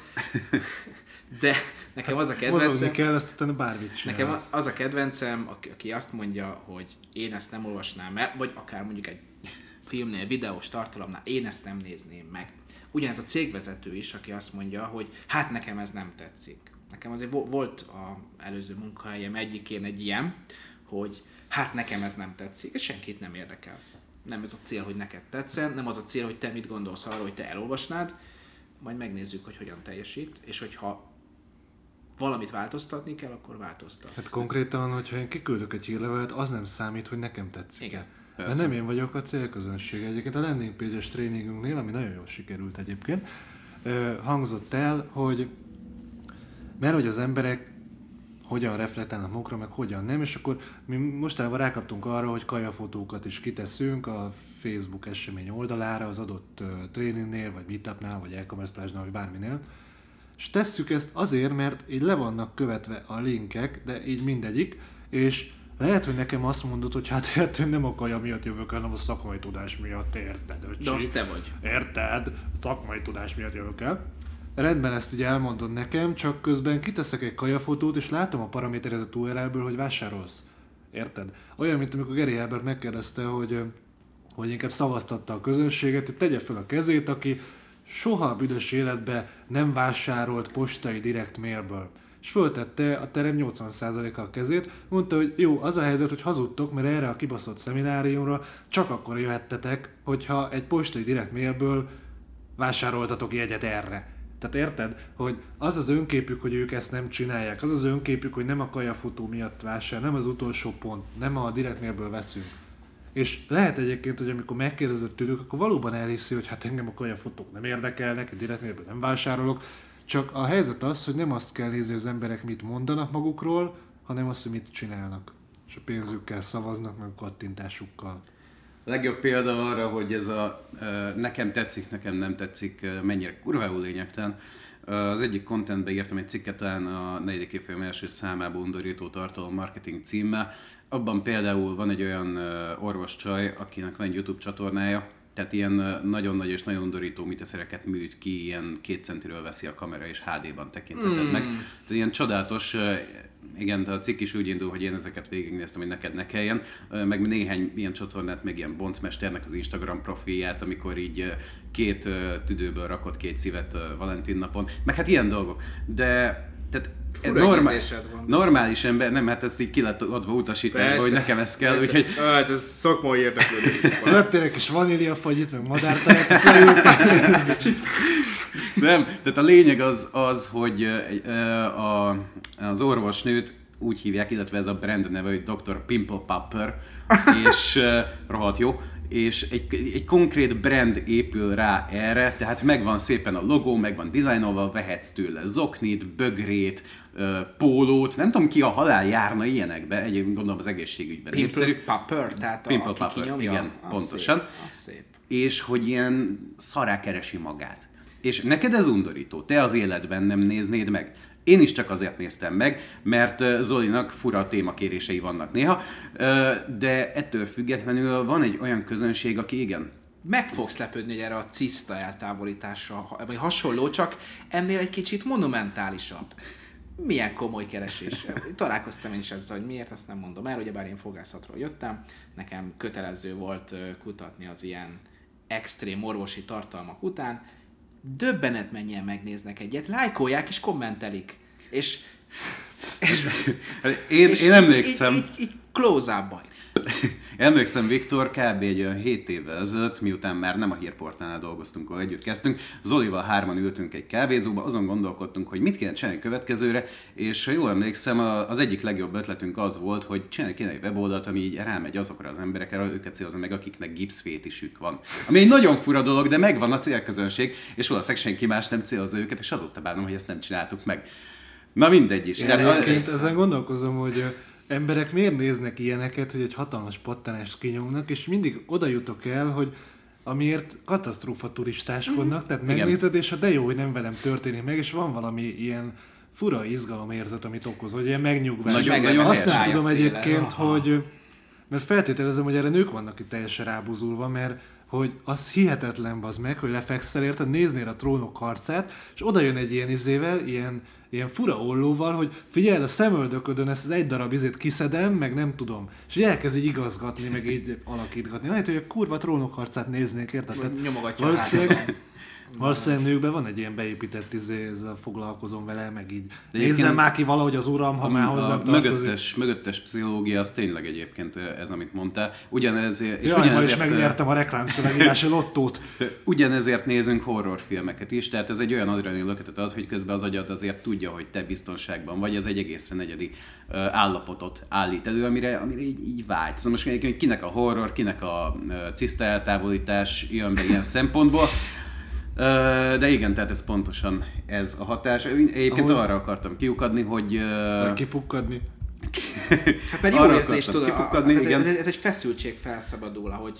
De nekem az a kedvencem... Mozogni kell, ezt utána bármit csinálsz. Nekem az a kedvencem, aki azt mondja, hogy én ezt nem olvasnám el, vagy akár mondjuk egy filmnél, videós tartalomnál, én ezt nem nézném meg. Ugyanez a cégvezető is, aki azt mondja, hogy hát nekem ez nem tetszik. Nekem azért volt az előző munkahelyem egyikén egy ilyen, hogy hát nekem ez nem tetszik, és senkit nem érdekel. Nem ez a cél, hogy neked tetszen, nem az a cél, hogy te mit gondolsz arról, hogy te elolvasnád, majd megnézzük, hogy hogyan teljesít, és hogyha valamit változtatni kell, akkor változtat. Hát konkrétan, hogyha én kiküldök egy hírlevelet, az nem számít, hogy nekem tetszik. Igen. Mert nem én vagyok a célközönség. Egyébként a landing page-es tréningünknél, ami nagyon jól sikerült egyébként, hangzott el, hogy mert hogy az emberek hogyan reflektálnak magukra, meg hogyan nem, és akkor mi mostanában rákaptunk arra, hogy kajafotókat is kiteszünk a Facebook esemény oldalára, az adott tréningnél, vagy meetupnál, vagy e-commerce plázsnál, vagy bárminél. És tesszük ezt azért, mert így le vannak követve a linkek, de így mindegyik, és lehet, hogy nekem azt mondod, hogy hát érted, nem a kaja miatt jövök, hanem a szakmai tudás miatt, érted, öcsi? De azt te vagy. Érted? A szakmai tudás miatt jövök el. Rendben, ezt így elmondod nekem, csak közben kiteszek egy kajafotót, és látom a paraméterezett URL-ből, hogy vásárolsz. Érted? Olyan, mint amikor Gary Halbert megkérdezte, hogy inkább szavaztatta a közönséget, hogy tegye fel a kezét, aki soha a büdös életben nem vásárolt postai direkt mailből. És föltette a terem 80%-a a kezét, mondta, hogy jó, az a helyzet, hogy hazudtok, mert erre a kibaszott szemináriumra csak akkor jöhettetek, hogyha egy postai direkt mailből vásároltatok jegyet erre. Tehát érted, hogy az az önképük, hogy ők ezt nem csinálják, az az önképük, hogy nem a kajafotó miatt vásárol, nem az utolsó pont, nem a direkt mailből veszünk. És lehet egyébként, hogy amikor megkérdezed tőlük, akkor valóban elhiszi, hogy hát engem a kajafotók nem érdekelnek, direkt mailből nem vásárolok, csak a helyzet az, hogy nem azt kell nézni, hogy az emberek mit mondanak magukról, hanem azt, hogy mit csinálnak. És a pénzükkel szavaznak, meg a kattintásukkal. A legjobb példa arra, hogy ez a nekem tetszik, nekem nem tetszik, mennyire kurvául lényegtelen. Az egyik contentbe írtam egy cikket, talán a 4. évfolyam első számában undorító tartalom marketing címmel. Abban például van egy olyan orvoscsaj, akinek van egy YouTube csatornája, tehát ilyen nagyon nagy és nagyon undorító miteszereket műt ki, ilyen 2 centiről veszi a kamera és HD-ban tekintheted meg. Tehát ilyen csodálatos, igen, a cikk is úgy indul, hogy én ezeket végignéztem, hogy neked ne kelljen, meg néhány ilyen csatornát, meg ilyen boncmesternek az Instagram profilját, amikor így 2 tüdőből rakott 2 szívet Valentin napon, meg hát ilyen dolgok. De tehát normális ember, nem, hát ez így ki lett adva utasításba, persze, hogy nekem ez kell, persze. Úgyhogy... Hát ez szakmai érdeklődés. Szöptél egy kis vaníliafagyit, meg madártáját leültek. Nem, tehát a lényeg az hogy az orvosnőt úgy hívják, illetve ez a brand neve, hogy Dr. Pimple Popper, és rohadt jó, és egy konkrét brand épül rá erre, tehát megvan szépen a logó, megvan dizájnolva, vehetsz tőle zoknit, bögrét, pólót, nem tudom ki a halál járna ilyenekbe, egyébként gondolom az egészségügyben népszerű. Pimple Popper, tehát Pimple aki Popper, kinyomja, igen, az pontosan. Szép, az szép. És hogy ilyen szará keresi magát. És neked ez undorító, te az életben nem néznéd meg. Én is csak azért néztem meg, mert Zolinak fura témakérései vannak néha, de ettől függetlenül van egy olyan közönség, aki igen. Meg fogsz lepődni, hogy erre a ciszta eltávolításra, vagy hasonló, csak ennél egy kicsit monumentálisabb. Milyen komoly keresés. Találkoztam én is ezzel, hogy miért, azt nem mondom el, ugyebár én fogászatról jöttem, nekem kötelező volt kutatni az ilyen extrém orvosi tartalmak után. Döbbenet mennyien megnéznek egyet, lájkolják és kommentelik. És Én emlékszem. Így close-up-ban. Emlékszem, Viktor, kb. Egy olyan 7 évvel ezelőtt, miután már nem a Hírportálnál dolgoztunk, ahol együtt kezdtünk, Zolival 3-an ültünk egy kávézóba, azon gondolkodtunk, hogy mit kéne csinálni következőre, és ha jól emlékszem, az egyik legjobb ötletünk az volt, hogy csinálni kéne egy weboldalt, ami így rámegy azokra az emberekre, őket célozza meg, akiknek gipszfétisük van. Ami egy nagyon fura dolog, de megvan a célközönség, és valószínűleg senki más nem célozza őket, és azóta bánom, hogy ezt nem csináltuk meg. Na mindegy is. Egyébként ezen gondolkozom, hogy emberek miért néznek ilyeneket, hogy egy hatalmas pattanást kinyomnak, és mindig oda jutok el, hogy amiért katasztrófa turistáskodnak, tehát megnézed, és de jó, hogy nem velem történik meg, és van valami ilyen fura izgalomérzet, amit okoz, hogy ilyen megnyugvás. Nagyon azt nem tudom egyébként, hogy mert feltételezem, hogy erre nők vannak itt teljesen rábuzulva, mert hogy az hihetetlen bazd meg, hogy lefekszel érted, néznél a Trónok harcát, és oda jön egy ilyen izével, ilyen fura ollóval, hogy figyeld, a szemöldöködön ezt az egy darab izét kiszedem, meg nem tudom. És így elkezd így igazgatni, meg így alakítgatni. Ahelyett, hogy a kurva Trónok harcát néznék, érted? Nyomogatja valószínűleg nőkben van egy ilyen beépített ezzel foglalkozom vele, meg így nézzem már ki valahogy az uram, ha már hozzám tartozik. Mögöttes pszichológia, az tényleg egyébként ez, amit mondtál. Ma is megnyertem a reklámszövegírási lottót. Ugyanezért nézünk horrorfilmeket is, tehát ez egy olyan adrenalin löketet ad, hogy közben az agyad azért tudja, hogy te biztonságban vagy, ez egy egészen egyedi állapotot állít elő, amire így vágysz. Szóval most egyébként, hogy kinek a horror, kinek a ciszta eltávolítás jön be ilyen szempontból. De igen, tehát ez pontosan ez a hatás. Egyébként arra akartam kiukadni, hogy... Kipukkadni. Hát pedig jó érzés, tudod, ez egy feszültség felszabadul, ahogy...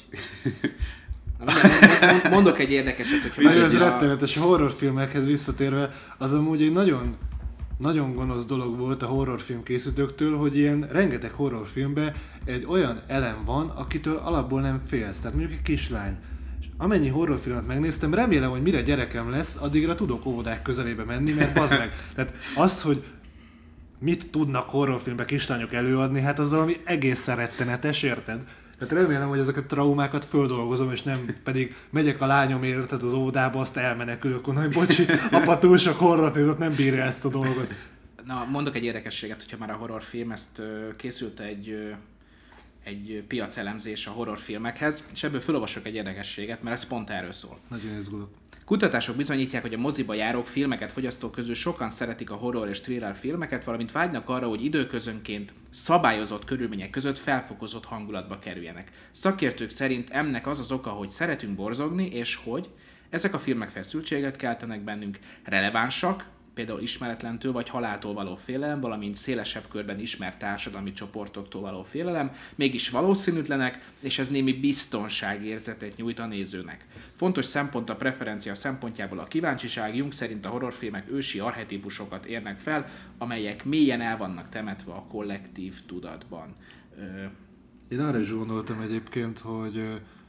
Mondok egy érdekeset, hogyha... Ez rettenetes horrorfilmekhez visszatérve, az amúgy egy nagyon, nagyon gonosz dolog volt a horrorfilm készítőktől, hogy ilyen rengeteg horrorfilmben egy olyan elem van, akitől alapból nem félsz. Tehát mondjuk egy kislány. Amennyi horrorfilmet megnéztem, remélem, hogy mire gyerekem lesz, addigra tudok óvodák közelébe menni, mert bazd meg. Tehát az, hogy mit tudnak horrorfilmben kislányok előadni, hát az valami egészen rettenetes, érted? Tehát remélem, hogy ezeket a traumákat földolgozom, és nem pedig megyek a lányomért, érted, az óvodába, azt elmenekülök, hogy bocsi, apa túl sok horrort nézett, nem bírja ezt a dolgot. Na, mondok egy érdekességet, hogyha már a horrorfilm, ezt készült egy piacelemzés a horrorfilmekhez, és ebből felolvasok egy érdekességet, mert ez pont erről szól. Nagyon izgulok. Kutatások bizonyítják, hogy a moziba járók, filmeket fogyasztók közül sokan szeretik a horror és thriller filmeket, valamint vágynak arra, hogy időközönként szabályozott körülmények között felfokozott hangulatba kerüljenek. Szakértők szerint ennek az az oka, hogy szeretünk borzogni, és hogy ezek a filmek feszültséget keltenek bennünk, relevánsak, például ismeretlentől vagy haláltól való félelem, valamint szélesebb körben ismert társadalmi csoportoktól való félelem, mégis valószínűtlenek, és ez némi biztonságérzetet nyújt a nézőnek. Fontos szempont a preferencia szempontjából a kíváncsiság, Jung szerint a horrorfilmek ősi archetipusokat érnek fel, amelyek mélyen el vannak temetve a kollektív tudatban. Én arra is gondoltam egyébként, hogy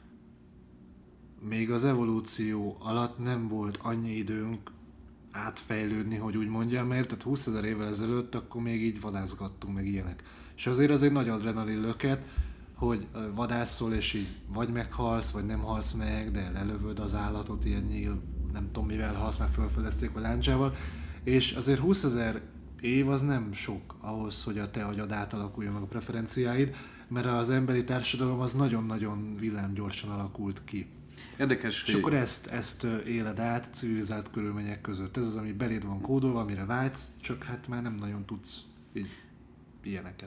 még az evolúció alatt nem volt annyi időnk átfejlődni, hogy úgy mondjam, mert tehát 20 000 évvel ezelőtt akkor még így vadászgattunk, meg ilyenek. És azért az egy nagy adrenalin löket, hogy vadászol, és így vagy meghalsz, vagy nem halsz meg, de lelövöd az állatot, ilyen nyíl, nem tudom mivel halsz, már felfedezték a láncsával. És azért 20 000 év az nem sok ahhoz, hogy a te agyad átalakuljon meg a preferenciáid, mert az emberi társadalom az nagyon-nagyon villámgyorsan alakult ki. Érdekes, és akkor ezt éled át civilizált körülmények között. Ez az, ami beléd van kódolva, amire vágysz, csak hát már nem nagyon tudsz így ilyeneket.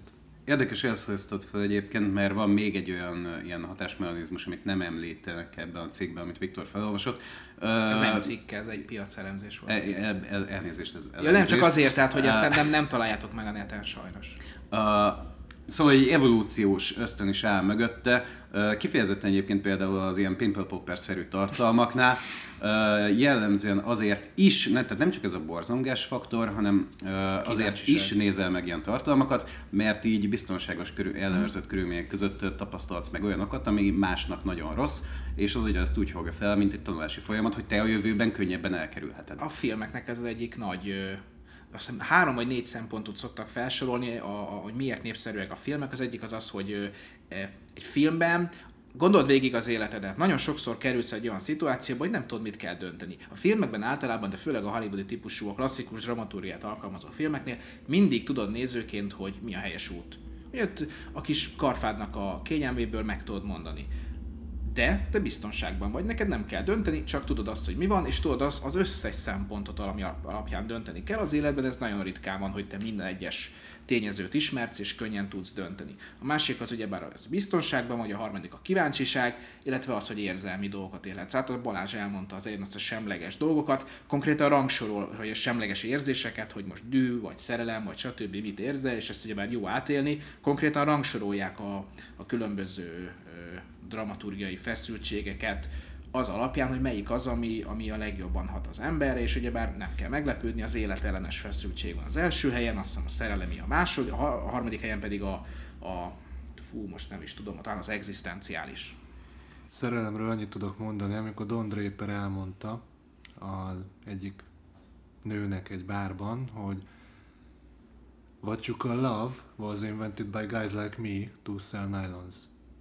Érdekes, hogy ezt hoztad fel egyébként, mert van még egy olyan ilyen hatásmechanizmus, amit nem említenek ebben a cikkben, amit Viktor felolvasott. Ez nem cikk, ez egy piacelemzés volt. Elnézést, ez ja, nem csak azért, tehát, hogy ezt nem találjátok meg a neten sajnos. Szóval egy evolúciós ösztön is áll mögötte, kifejezetten egyébként például az ilyen pimple popper-szerű tartalmaknál, jellemzően azért is, tehát nem csak ez a borzongás faktor, hanem azért is nézel meg ilyen tartalmakat, mert így biztonságos, ellenőrzött körülmények között tapasztalsz meg olyanokat, ami másnak nagyon rossz, és az ugye ezt úgy fogja fel, mint egy tanulási folyamat, hogy te a jövőben könnyebben elkerülheted. A filmeknek ez az egyik nagy... Azt hiszem 3 vagy 4 szempontot szoktak felsorolni, hogy miért népszerűek a filmek. Az egyik az, hogy egy filmben gondold végig az életedet. Nagyon sokszor kerülsz egy olyan szituációba, hogy nem tudod, mit kell dönteni. A filmekben általában, de főleg a hollywoodi típusú, a klasszikus dramaturgiát alkalmazó filmeknél mindig tudod nézőként, hogy mi a helyes út. Ott a kis karfádnak a kényelméből meg tudod mondani. De biztonságban vagy, neked nem kell dönteni, csak tudod azt, hogy mi van, és tudod az összes szempontot alapján dönteni kell. Az életben ez nagyon ritkán van, hogy te minden egyes tényezőt ismersz, és könnyen tudsz dönteni. A másik az ugyebár az biztonságban vagy, a harmadik a kíváncsiság, illetve az, hogy érzelmi dolgokat élhetsz. Hát Balázs elmondta az elején azt a semleges dolgokat, konkrétan rangsorol, hogy a semleges érzéseket, hogy most düh, vagy szerelem, vagy stb. Mit érzel, és ezt ugyebár jó átélni. Konkrétan rangsorolják a különböző dramaturgiai feszültségeket az alapján, hogy melyik az, ami a legjobban hat az emberre, és ugyebár nem kell meglepődni, az életellenes feszültség van az első helyen, azt hiszem a szerelemi a második, a harmadik helyen pedig most nem is tudom, talán az egzisztenciális. Szerelemről annyit tudok mondani, amikor Don Draper elmondta az egyik nőnek egy bárban, hogy what you call love was invented by guys like me to sell nylons.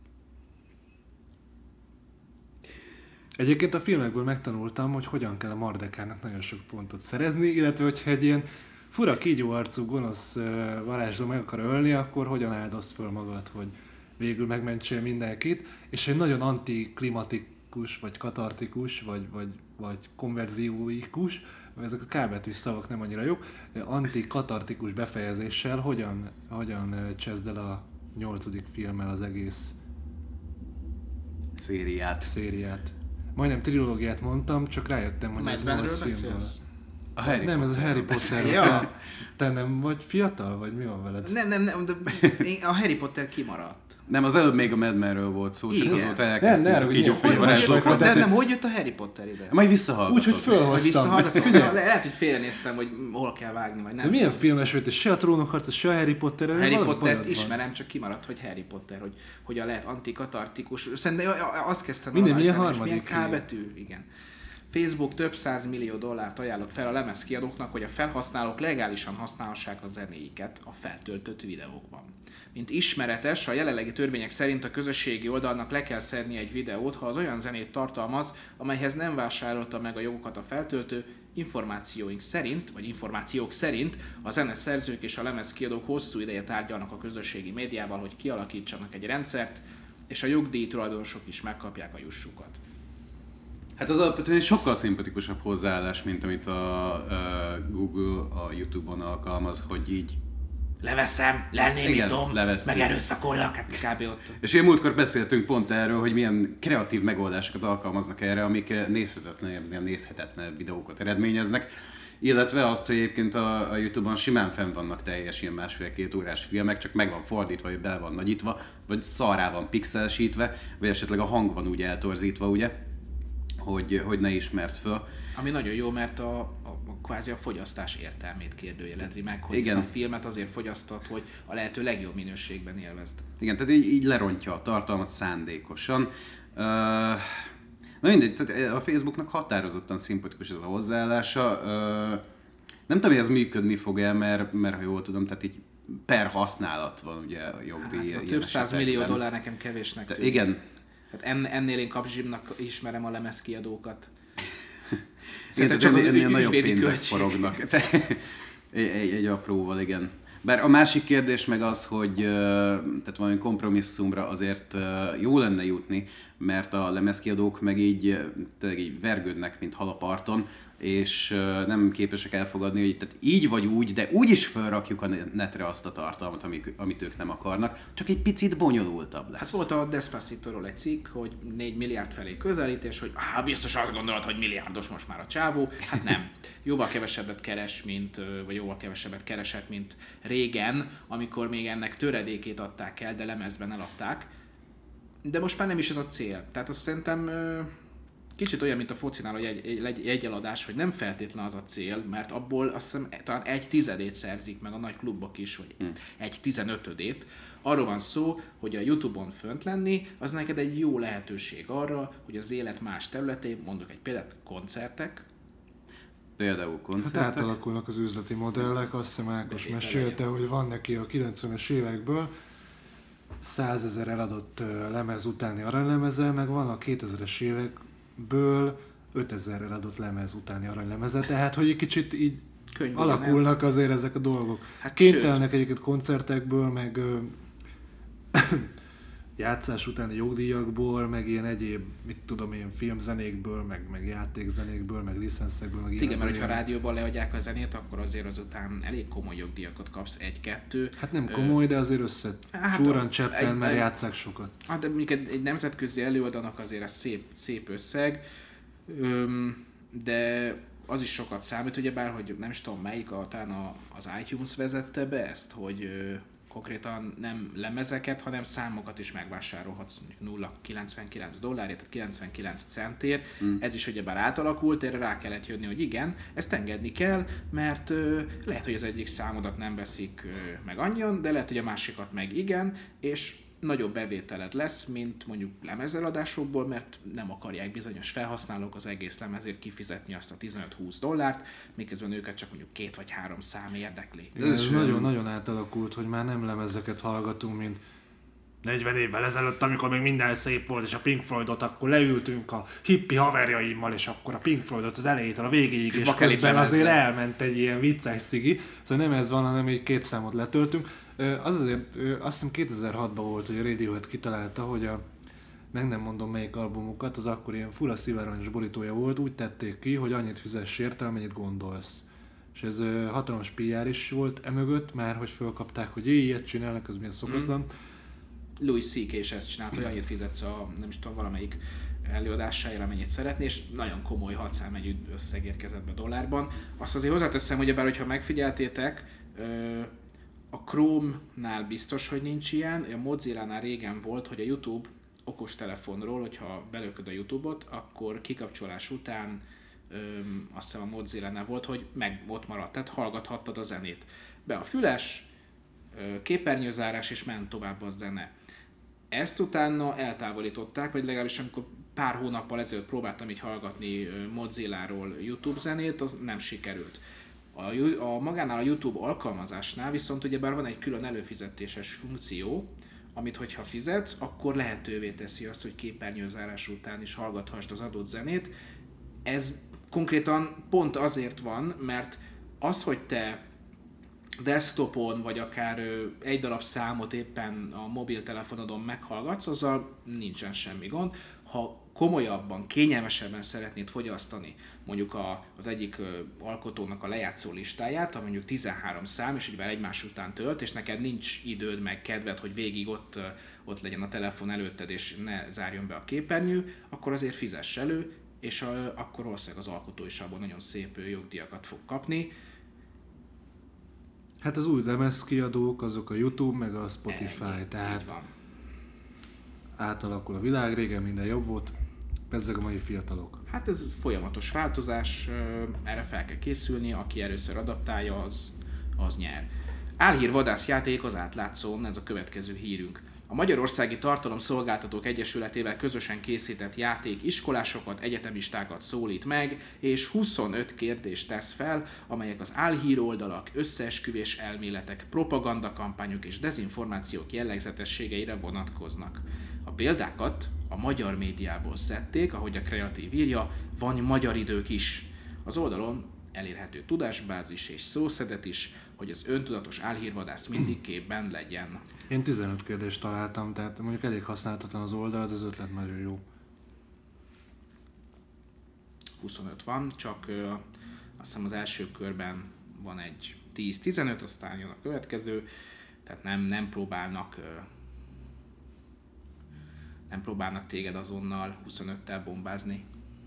Egyébként a filmekből megtanultam, hogy hogyan kell a Mardekának nagyon sok pontot szerezni, illetve hogyha egy ilyen fura kígyó arcú gonosz varázsló meg akar ölni, akkor hogyan áldozd föl magad, hogy végül megmentsél mindenkit, és egy nagyon antiklimatikus, vagy katartikus, vagy konverzióikus, ezek a kábetűs szavak nem annyira jók, antikatartikus befejezéssel hogyan cseszd el a 8. filmmel az egész szériát. Majdnem trilógiát mondtam, csak rájöttem, hogy ez 8 filmből. Nem, ez a Harry Potter. Ja. Te nem vagy fiatal, vagy mi van veled? Nem, de a Harry Potter kimaradt. Nem, az előbb még a Mad Men-ről volt szó, csak igen. azóta elkezdtünk a kígyófegyvarázslókról. Nem, hogy jött a Harry Potter ide? Majd visszahallgatod. Úgy, hogy fölhoztam. Lehet, hogy félrenéztem, hogy hol kell vágni, vagy nem. De milyen filmes volt, és se a Trónokharca, se a Harry Potter. Harry Pottert ismerem, csak kimaradt, hogy Harry Potter, hogy hogyan lehet antikatartikus. Szerintem azt kezdtem minden milyen harmadik. Milyen K betű, igen. Facebook több $100 millió ajánlott fel a lemezkiadóknak, hogy a felhasználók legálisan használhassák a zenéiket a feltöltött videókban. Mint ismeretes, a jelenlegi törvények szerint a közösségi oldalnak le kell szednie egy videót, ha az olyan zenét tartalmaz, amelyhez nem vásárolta meg a jogokat a feltöltő. Információk szerint a zeneszerzők és a lemezkiadók hosszú ideje tárgyalnak a közösségi médiával, hogy kialakítsanak egy rendszert, és a jogdíj tulajdonosok is megkapják a jussukat. Hát az alapvetően egy sokkal szimpatikusabb hozzáállás, mint amit a Google a YouTube-on alkalmaz, hogy így leveszem, lenémítom, megerőszakollak, hát kb. Ott. És én múltkor beszéltünk pont erről, hogy milyen kreatív megoldásokat alkalmaznak erre, amik nézhetetlenebb videókat eredményeznek. Illetve azt, hogy egyébként a YouTube-on simán fenn vannak teljes ilyen 1,5-2 órás filmek, csak meg van fordítva, vagy bele van nagyítva, vagy szarrá van pixelsítve, vagy esetleg a hang van úgy eltorzítva, ugye, hogy ne ismerd föl. Ami nagyon jó, mert kvázi a fogyasztás értelmét kérdőjelezi meg, hogy igen. Ezt a filmet azért fogyasztod, hogy a lehető legjobb minőségben élvezd. Igen, tehát így lerontja a tartalmat szándékosan. Na mindegy, tehát a Facebooknak határozottan szimpatikus ez a hozzáállása. Nem tudom, hogy ez működni fog-e, mert ha jól tudom, tehát így per használat van ugye a jogdíj. Hát a több $100 millió nekem kevésnek tűnik. Igen. Hát ennél én kapzsibnak ismerem a lemezkiadókat. Szerintem csak az ennél nagyobb pénzek forognak. Egy apróval, igen. Bár a másik kérdés meg az, hogy tehát valami kompromisszumra azért jó lenne jutni, mert a lemezkiadók meg így vergődnek, mint hal a parton, és nem képesek elfogadni, hogy tehát így vagy úgy, de úgy is felrakjuk a netre azt a tartalmat, amit ők nem akarnak, csak egy picit bonyolultabb lesz. Hát volt a Despacito-ról egy cikk, hogy 4 milliárd felé közelítés, hogy biztos azt gondolod, hogy milliárdos most már a csávó. Hát nem. Jóval kevesebbet keres, vagy jóval kevesebbet keresett, mint régen, amikor még ennek töredékét adták el, de lemezben eladták. De most már nem is ez a cél. Tehát azt szerintem kicsit olyan, mint a focinál, hogy egy jegyeladás, hogy nem feltétlen az a cél, mert abból azt hiszem talán 1/10 szerzik meg a nagy klubok is, vagy 1/15. Arról van szó, hogy a YouTube-on fönt lenni, az neked egy jó lehetőség arra, hogy az élet más területén, mondok egy példát, koncertek. Például koncertek. Hát átalakulnak az üzleti modellek, azt hiszem Ákos mesélte, hogy van neki a 90-es évekből 100 000 eladott lemez utáni aranylemeze, meg van a 2000-es évekből 5000 eladott lemez utáni aranylemeze, tehát hogy egy kicsit így alakulnak azért ezek a dolgok. Hát kénytelenek egyébként koncertekből, meg játszás utáni jogdíjakból, meg ilyen egyéb, mit tudom én, filmzenékből, meg játékzenékből, meg licenszekből, meg igen, mert hogyha rádióban leadják a zenét, akkor azért azután elég komoly jogdíjakat kapsz, 1-2. Hát nem komoly, de azért csúran cseppen, mert játsszák sokat. Hát de mondjuk egy nemzetközi előadónak azért ez szép összeg, de az is sokat számít, ugyebár, hogy nem is tudom melyik, talán az iTunes vezette be ezt, hogy konkrétan nem lemezeket, hanem számokat is megvásárolhatsz, mondjuk $0.99, tehát 99 centért. Ez is ugyebár átalakult, erre rá kellett jönni, hogy igen, ezt engedni kell, mert lehet, hogy az egyik számodat nem veszik meg annyian, de lehet, hogy a másikat meg igen, és nagyobb bevételed lesz, mint mondjuk lemezeladásokból, mert nem akarják bizonyos felhasználók az egész lemezért kifizetni azt a $15-20, miközben őket csak mondjuk 2 vagy 3 szám érdekli. Ez nagyon-nagyon átalakult, hogy már nem lemezeket hallgatunk, mint 40 évvel ezelőtt, amikor még minden szép volt, és a Pink Floydot, akkor leültünk a hippi haverjaimmal, és akkor a Pink Floydot az elejétől a végéig, és közben azért elment egy ilyen vicces szigi. Szóval nem ez van, hanem egy 2 számot letöltünk. Az azért, azt hiszem 2006-ban volt, hogy a Radiohead kitalálta, hogy meg nem mondom melyik albumokat, az akkor ilyen fura szivárványos borítója volt, úgy tették ki, hogy annyit fizess érte, amennyit gondolsz. És ez hatalmas PR is volt emögött, már hogy fölkapták, hogy ilyet csinálnak, ez milyen szokatlan. Louis C.K. is ezt csinálta, hogy annyit fizetsz nem is tudom, valamelyik előadásáért, amennyit szeretné, és nagyon komoly 6 számjegyű összeg érkezett be dollárban. Azt azért hozzáteszem, hogy bár hogyha megfigyeltétek, a Chrome-nál biztos, hogy nincs ilyen, a Mozilla-nál régen volt, hogy a YouTube okostelefonról, hogyha belököd a YouTube-ot, akkor kikapcsolás után azt hiszem a Mozilla-nál volt, hogy ott maradt, tehát hallgathattad a zenét. Be a füles, képernyőzárás, és ment tovább a zene. Ezt utána eltávolították, vagy legalábbis amikor pár hónappal ezelőtt próbáltam így hallgatni Mozilla-ról YouTube zenét, az nem sikerült. Magánál a YouTube alkalmazásnál viszont ugyebár van egy külön előfizetéses funkció, amit hogyha fizetsz, akkor lehetővé teszi azt, hogy képernyőzárás után is hallgathassd az adott zenét. Ez konkrétan pont azért van, mert az, hogy te desktopon, vagy akár egy darab számot éppen a mobiltelefonodon meghallgatsz, azzal nincsen semmi gond. Ha komolyabban, kényelmesebben szeretnéd fogyasztani mondjuk az egyik alkotónak a lejátszó listáját, ami mondjuk 13 szám, és ugyebár egymás után tölt, és neked nincs időd meg kedved, hogy végig ott legyen a telefon előtted, és ne zárjon be a képernyő, akkor azért fizess elő, és akkor valószínűleg az alkotó is abban nagyon szép jogdíjakat fog kapni. Hát az új lemezkiadók, azok a YouTube, meg a Spotify, tehát átalakul a világ, régen minden jobb volt, bezzeg a mai fiatalok. Hát ez folyamatos változás, erre fel kell készülni, aki először adaptálja, az nyer. Álhírvadász játék az átlátszón, ez a következő hírünk. A Magyarországi Tartalomszolgáltatók Egyesületével közösen készített játék iskolásokat, egyetemistákat szólít meg, és 25 kérdést tesz fel, amelyek az álhíroldalak, összeesküvés elméletek, propagandakampányok és dezinformációk jellegzetességeire vonatkoznak. A példákat a magyar médiából szedték, ahogy a kreatív írja, van magyar idők is. Az oldalon elérhető tudásbázis és szószedet is, hogy az öntudatos álhírvadász mindig képben legyen. Én 15 kérdést találtam, tehát mondjuk elég használhatatlan az oldal, de az ötlet nagyon jó. 25 van, csak azt hiszem az első körben van egy 10-15, aztán jön a következő, tehát nem próbálnak téged azonnal 25-tel bombázni.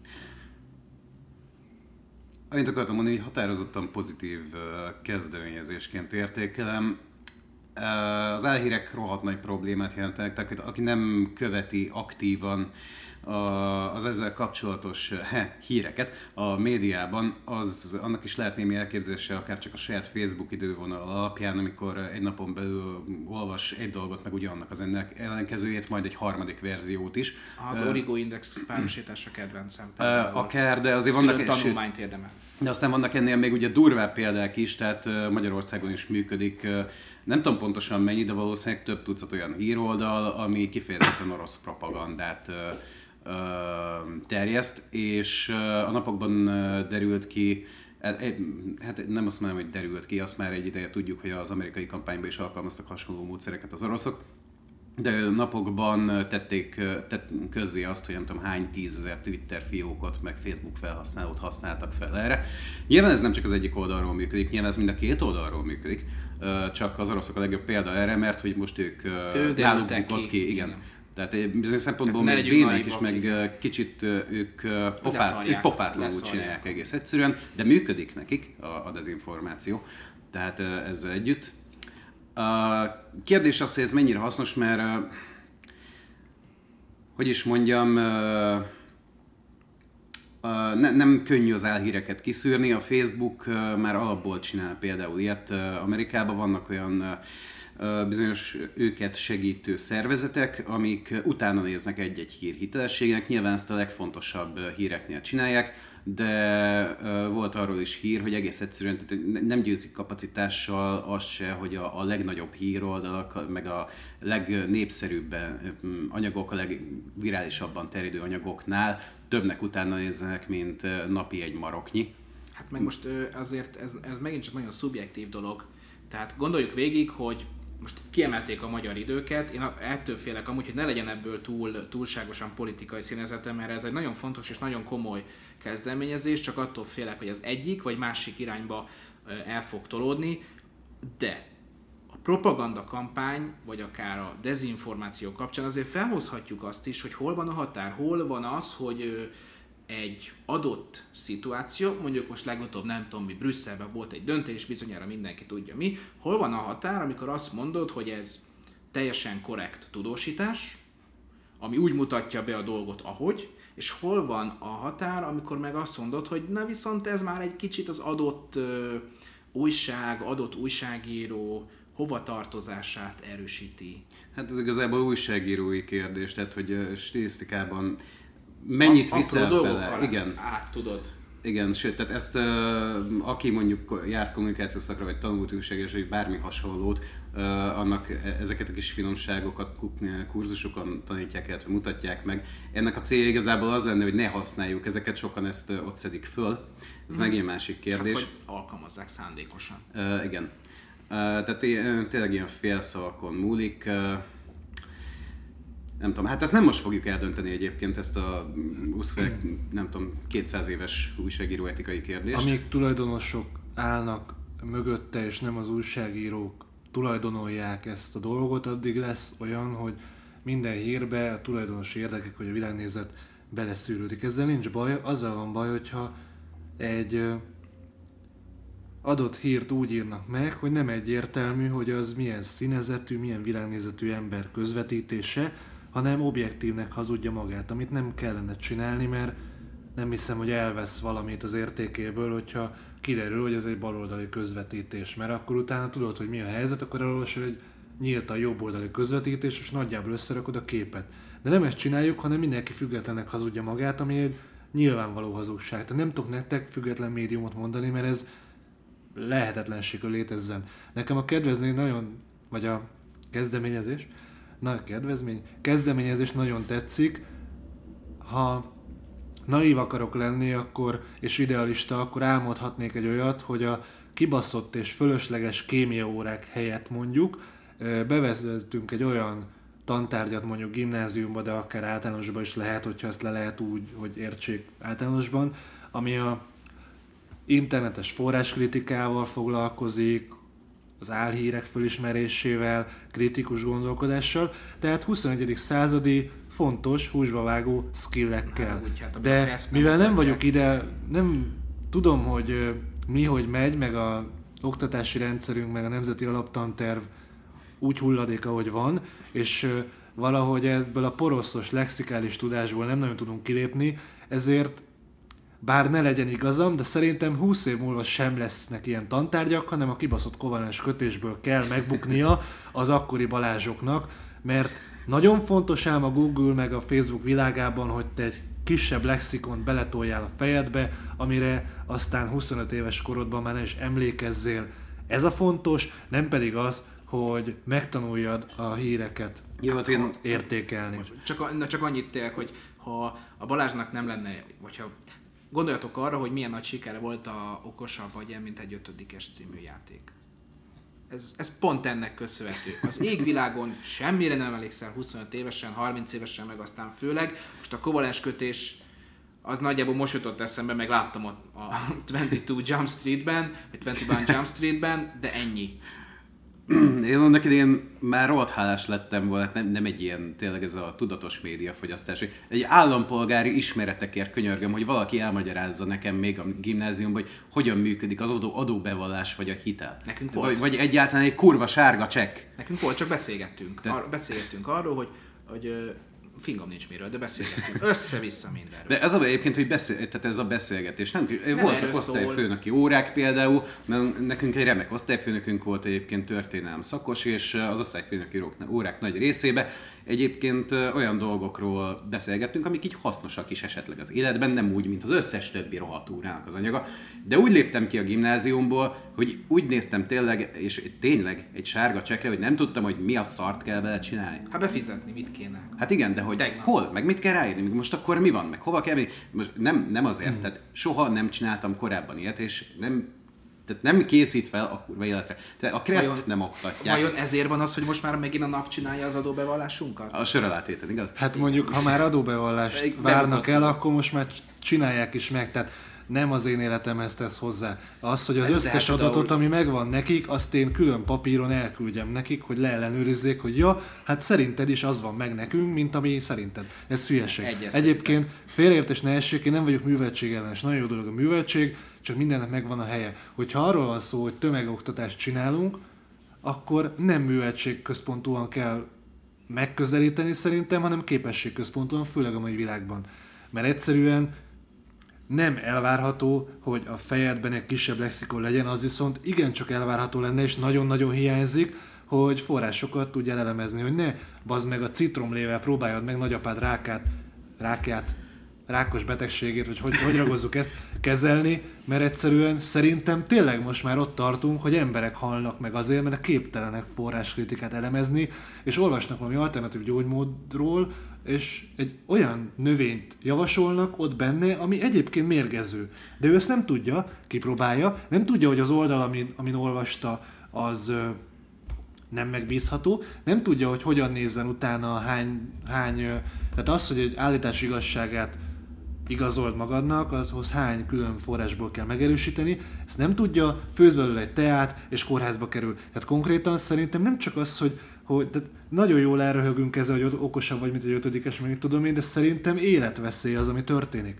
Annyit akartam mondani, hogy határozottan pozitív kezdeményezésként értékelem. Az álhírek rohadt nagy problémát jelentenek, tehát aki nem követi aktívan az ezzel kapcsolatos híreket a médiában, annak is lehet némi elképzelése, akár csak a saját Facebook idővonal alapján, amikor egy napon belül olvas egy dolgot, meg ugyanannak az ellenkezőjét, majd egy harmadik verziót is. Az Origo Index párosítása kedvencem. Akár, de azért vannak... tanulmányt érdemel. De aztán vannak ennél még ugye durvább példák is, tehát Magyarországon is működik, nem tudom pontosan mennyi, de valószínűleg több tucat olyan híroldal, ami kifejezetten orosz propagandát terjeszt, és a napokban derült ki, hát nem azt mondom, hogy derült ki, azt már egy ideje tudjuk, hogy az amerikai kampányban is alkalmaztak hasonló módszereket az oroszok, de napokban tették közzé azt, hogy nem tudom hány 10 000 Twitter fiókot, meg Facebook felhasználót használtak fel erre. Nyilván ez nem csak az egyik oldalról működik, nyilván ez mind a két oldalról működik, csak az oroszok a legjobb példa erre, mert hogy most ők náluk bukott ki, igen. Tehát bizonyos szempontból még bénák is, meg kicsit ők pofátlanul csinálják egész egyszerűen, de működik nekik a dezinformáció, tehát ezzel együtt. A kérdés az, hogy ez mennyire hasznos, mert hogy is mondjam, nem könnyű az álhíreket kiszűrni, a Facebook már alapból csinál például ilyet. Amerikában vannak olyan bizonyos őket segítő szervezetek, amik utána néznek egy-egy hír hitelességének, nyilván ezt a legfontosabb híreknél csinálják, de volt arról is hír, hogy egész egyszerűen nem győzik kapacitással azt se, hogy a legnagyobb híroldalak, meg a legnépszerűbb anyagok, a legvirálisabban terjedő anyagoknál többnek utána néznek, mint napi egy maroknyi. Hát meg most azért ez megint csak nagyon szubjektív dolog. Tehát gondoljuk végig, hogy most kiemelték a magyar időket, én ettől félek amúgy, hogy ne legyen ebből túlságosan politikai színezete, mert ez egy nagyon fontos és nagyon komoly kezdeményezés, csak attól félek, hogy az egyik vagy másik irányba el fog tolódni, de a propaganda kampány, vagy akár a dezinformáció kapcsán azért felhozhatjuk azt is, hogy hol van a határ, hol van az, hogy egy adott szituáció, mondjuk most legutóbb nem tudom mi, Brüsszelben volt egy döntés, bizonyára mindenki tudja mi, hol van a határ, amikor azt mondod, hogy ez teljesen korrekt tudósítás, ami úgy mutatja be a dolgot, ahogy, és hol van a határ, amikor meg azt mondod, hogy na viszont ez már egy kicsit az adott újság, adott újságíró hovatartozását erősíti. Hát ez igazából újságírói kérdés, tehát hogy stilisztikában mennyit viszel bele? Igen. Tudod. Igen, sőt, tehát ezt aki mondjuk járt kommunikációs szakra, vagy tanult újságírás, vagy bármi hasonlót, annak ezeket a kis finomságokat kurzusokon tanítják, illetve mutatják meg. Ennek a célja igazából az lenne, hogy ne használjuk ezeket, sokan ezt ott szedik föl. Ez megint másik kérdés. Hát, vagy alkalmazzák szándékosan. Igen. Tehát tényleg ilyen félszavakon múlik. Nem tudom, hát ezt nem most fogjuk eldönteni egyébként, ezt a 200 éves újságíró etikai kérdést. Amíg tulajdonosok állnak mögötte, és nem az újságírók tulajdonolják ezt a dolgot, addig lesz olyan, hogy minden hírbe a tulajdonosi érdekek, hogy a világnézet beleszűrődik. Ezzel nincs baj, azzal van baj, hogyha egy adott hírt úgy írnak meg, hogy nem egyértelmű, hogy az milyen színezetű, milyen világnézetű ember közvetítése, hanem objektívnek hazudja magát, amit nem kellene csinálni, mert nem hiszem, hogy elvesz valamit az értékéből, hogyha kiderül, hogy ez egy baloldali közvetítés, mert akkor utána tudod, hogy mi a helyzet, akkor elolvasol egy nyíltan jobboldali közvetítés, és nagyjából összerakod a képet. De nem ezt csináljuk, hanem mindenki függetlennek hazudja magát, ami egy nyilvánvaló hazugság. Tehát nem tudok nektek független médiumot mondani, mert ez lehetetlenség, hogy létezzen. Nekem a kedvezmény nagyon, vagy a kezdeményezés nagyon tetszik, ha naív akarok lenni, és idealista, akkor álmodhatnék egy olyat, hogy a kibaszott és fölösleges kémiaórák helyett mondjuk bevezetünk egy olyan tantárgyat mondjuk gimnáziumban, de akár általánosban is lehet, hogyha ezt le lehet úgy, hogy értsék általánosban, ami a internetes forráskritikával foglalkozik, az álhírek fölismerésével, kritikus gondolkodással, tehát 21. századi fontos, húsba vágó skillekkel. De mivel nem vagyok ide, nem tudom, hogy mi hogy megy, meg a oktatási rendszerünk, meg a nemzeti alaptanterv úgy hulladék, ahogy van, és valahogy ebből a poroszos lexikális tudásból nem nagyon tudunk kilépni, ezért bár ne legyen igazam, de szerintem 20 év múlva sem lesznek ilyen tantárgyak, hanem a kibaszott kovalens kötésből kell megbuknia az akkori Balázsoknak, mert nagyon fontos ám a Google meg a Facebook világában, hogy te egy kisebb lexikont beletoljál a fejedbe, amire aztán 25 éves korodban már nem is emlékezzél. Ez a fontos, nem pedig az, hogy megtanuljad a híreket értékelni. Csak annyit tényleg, hogy ha a Balázsnak nem lenne, vagy ha gondoljatok arra, hogy milyen nagy sikere volt a Okosabb vagy ilyen, mint egy 5-es című játék. Ez pont ennek köszönhető. Az égvilágon semmire nem emlékszel 25 évesen, 30 évesen, meg aztán főleg. Most a kovalens kötés az nagyjából most jutott eszembe, meg láttam ott a 22 Jump Streetben, vagy 21 Jump Streetben, de ennyi. Én annak idején már rohadt hálás lettem volna, nem egy ilyen, tényleg ez a tudatos médiafogyasztás, hogy egy állampolgári ismeretekért könyörgöm, hogy valaki elmagyarázza nekem még a gimnáziumban, hogy hogyan működik az adóbevallás vagy a hitel. Nekünk volt. Vagy egyáltalán egy kurva sárga csekk. Nekünk volt, csak beszélgettünk. Beszélgettünk arról, hogy fingom nincs miről, de beszélgetünk. Össze-vissza mindenről. De ez egyébként, hogy tehát ez a beszélgetés. Nem voltak osztályfőnöki órák például, mert nekünk egy remek osztályfőnökünk volt egyébként történelem szakos, és az osztályfőnöki órák nagy részében egyébként olyan dolgokról beszélgettünk, amik így hasznosak is esetleg az életben, nem úgy, mint az összes többi rohadt órának az anyaga. De úgy léptem ki a gimnáziumból, hogy úgy néztem tényleg egy sárga csekkre, hogy nem tudtam, hogy mi a szart kell vele csinálni. Hát befizetni, mit kéne? Hát igen, de hogy tegnap. Hol, meg mit kell ráírni, most akkor mi van, meg hova kell menni? Most nem azért, tehát soha nem csináltam korábban ilyet, és nem készít fel a kurva életre. Tehát a Kreszt nem oktatják. Vajon ezért van az, hogy most már megint a NAV csinálja az adóbevallásunkat? A sör alá tétel, igaz? Hát mondjuk, ha már adóbevallást várnak el, akkor most már csinálják is meg. Tehát nem az én életemhez tesz hozzá. Az, hogy az összes adatot, ami megvan nekik, azt én külön papíron elküldjem nekik, hogy leellenőrizzék, hogy ja, hát szerinted is az van meg nekünk, mint ami szerinted. Ez hülyeség. Egyébként félreértés ne essék, én nem vagyok műveltségellenes. Nagyon jó dolog a műveltség, csak mindennek megvan a helye. Hogyha arról van szó, hogy tömegoktatást csinálunk, akkor nem műveltségközpontúan kell megközelíteni szerintem, hanem képességközpontúan, főleg a mai világban. Mert egyszerűen nem elvárható, hogy a fejedben egy kisebb lexikon legyen, az viszont igencsak elvárható lenne, és nagyon-nagyon hiányzik, hogy forrásokat tudjál elemezni, hogy ne bazd meg a citromlével próbáljad meg nagyapád rákját, rákos betegségét, vagy hogy ragozzuk ezt, kezelni, mert egyszerűen szerintem tényleg most már ott tartunk, hogy emberek halnak meg azért, mert képtelenek forráskritikát elemezni, és olvasnak valami alternatív gyógymódról, és egy olyan növényt javasolnak ott benne, ami egyébként mérgező. De ő ezt nem tudja, kipróbálja, nem tudja, hogy az oldal, amin olvasta, az nem megbízható, nem tudja, hogy hogyan nézzen utána tehát az, hogy egy állítás igazságát igazold magadnak, azhoz hány külön forrásból kell megerősíteni, ezt nem tudja, főz belőle egy teát, és kórházba kerül. Tehát konkrétan szerintem nem csak az, hogy tehát nagyon jól elröhögünk ezzel, hogy okosabb vagy, mint egy 5-es, meg tudom én, de szerintem életveszély az, ami történik.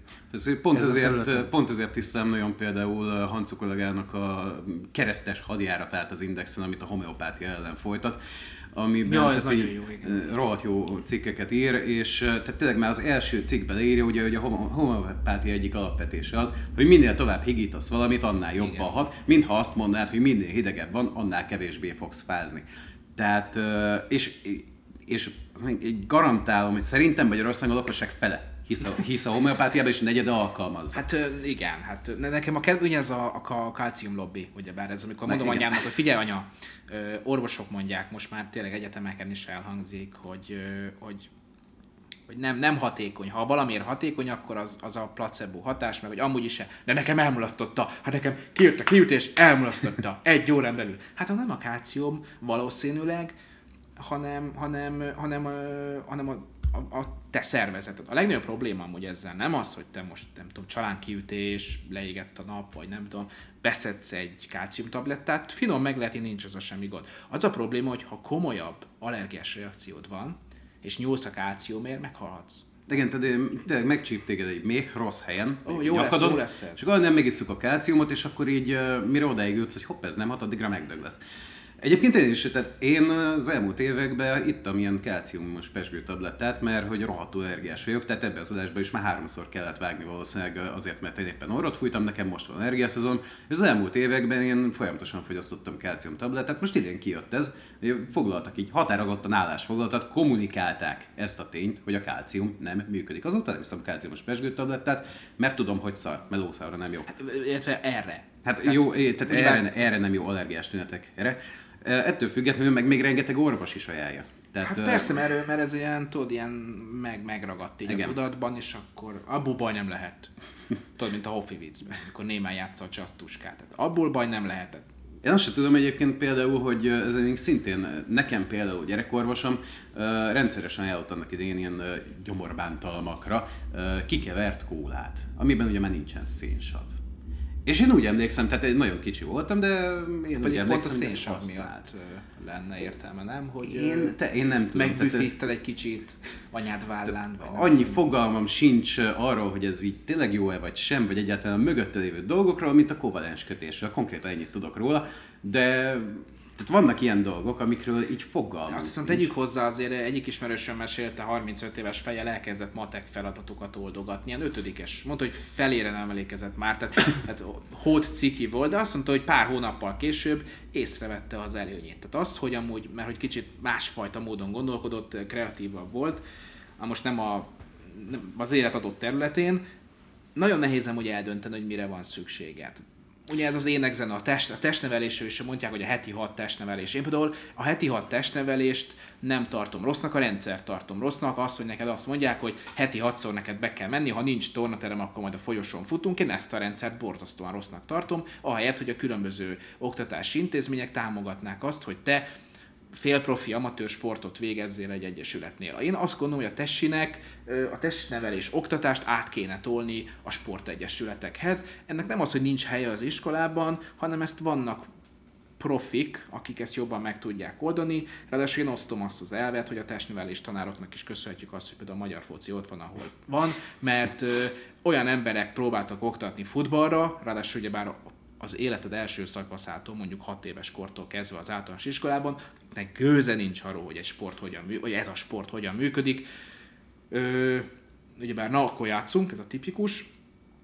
Pont ezért tisztelem nagyon például Hancu kollégának a keresztes hadjáratát az Indexen, amit a homeopátia ellen folytat, amiben rohadt jó cikkeket ír, és tehát tényleg már az első cikkben írja, ugye, hogy a homeopátia egyik alapvetése az, hogy minél tovább higítasz valamit, annál jobban hat, mintha azt mondanád, hogy minél hidegebb van, annál kevésbé fogsz fázni. Tehát, és garantálom, hogy szerintem Magyarországon a lakosság fele hisz a homeopátiában, és negyede alkalmazza. Hát igen, hát nekem a kedvenc ez a kalcium lobby, ugyebár ez, amikor mondom anyámnak, hogy figyelj anya, orvosok mondják, most már tényleg egyetemeken is elhangzik, hogy nem hatékony. Ha valamiért hatékony, akkor az a placebo hatás, meg hogy amúgy is de nekem elmulasztotta, hát nekem kijött a kiütés, elmulasztotta 1 órán belül. Hát nem a kálcium valószínűleg, hanem a te szervezeted. A legnagyobb probléma amúgy ezzel nem az, hogy te most, nem tudom, csalánkiütés, leégett a nap, vagy nem tudom, beszedsz egy kálciumtablettát, finom meg lehet, hogy nincs az a semmi gond. Az a probléma, hogy ha komolyabb allergiás reakciód van, és nyúlsz a kálciumért, meghalhatsz. Igen, tényleg megcsíp téged egy még rossz helyen, jó lesz ez. És akkor nem megisszuk a kálciumot, és akkor így mire odáig jutsz, hogy hopp, ez nem hat, addigra megdög lesz. Egyébként én is, tehát én az elmúlt években ittam ilyen kálciumos pezsgőtablettát, mert hogy rohadtul allergiás vagyok, tehát ebben az adásban is már 3-szor kellett vágni valószínűleg azért, mert én éppen orrot fújtam, nekem most van allergiaszezon, és az elmúlt években én folyamatosan fogyasztottam kálciumtablettát, most idén kijött ez, hogy foglaltak így, határozottan állásfoglaltat, kommunikálták ezt a tényt, hogy a kálcium nem működik. Azóta nem iszom kálciumos pezsgőtablettát, mert tudom, hogy szar, mert lószarra nem jó. Hát, illetve erre. Hát jó, tehát erre nem jó allergiás tünetek. Ettől függetlenül meg még rengeteg orvos is ajánlja. Tehát, hát persze, mert ez ilyen, tudod, ilyen megragadt így igen. A tudatban, és akkor abból baj nem lehet. Tudod, mint a Hofi viccben, amikor némán játsza a csasztuskát. Tehát abból baj nem lehetett. Én azt sem tudom egyébként például, hogy ez szintén nekem például gyerekorvosom rendszeresen ajánlott annak idején ilyen gyomorbántalmakra kikevert kólát, amiben ugye már nincsen szénsav. És én úgy emlékszem, tehát nagyon kicsi voltam, de én úgy emlékszem, hogy ez miatt lenne értelme, nem? Hogy én nem tudom. Megbüfézted egy kicsit anyád vállán. Annyi fogalmam sincs arról, hogy ez így tényleg jó-e vagy sem, vagy egyáltalán mögötte lévő dolgokról, mint a kovalens kötésről. Konkrétan ennyit tudok róla, de tehát vannak ilyen dolgok, amikről így fogalmam. Azt viszont tegyük hozzá, azért egyik ismerősöm mesélte, 35 éves fejjel elkezdett matek feladatokat oldogatni, ilyen 5-es. Mondta, hogy felére nem emlékezett már, tehát hót ciki volt, de azt mondta, hogy pár hónappal később észrevette az előnyét. Tehát az, hogy amúgy, mert hogy kicsit másfajta módon gondolkodott, kreatívabb volt, most nem az élet adott területén, nagyon nehéz amúgy eldönteni, hogy mire van szüksége. Ugye ez az énekzene, a testnevelésről is mondják, hogy a heti 6 testnevelés. Én például a heti 6 testnevelést nem tartom rossznak, a rendszert tartom rossznak. Azt, hogy neked azt mondják, hogy heti 6-szor neked be kell menni, ha nincs tornaterem, akkor majd a folyosón futunk. Én ezt a rendszert borzasztóan rossznak tartom, ahelyett, hogy a különböző oktatási intézmények támogatnák azt, hogy te félprofi amatőr sportot végezzél egy egyesületnél. Én azt gondolom, hogy a tessinek a testnevelés oktatást át kéne tolni a sportegyesületekhez. Ennek nem az, hogy nincs helye az iskolában, hanem ezt vannak profik, akik ezt jobban meg tudják oldani. Ráadásul én osztom azt az elvet, hogy a testnevelés tanároknak is köszönhetjük azt, hogy például a magyar foci ott van, ahol van, mert olyan emberek próbáltak oktatni futballra, ráadásul ugyebár az életed első szakaszától, mondjuk 6 éves kortól kezdve az általános iskolában, nek gőze nincs arról, hogy ez a sport hogyan működik. Ugyebár akkor játszunk, ez a tipikus,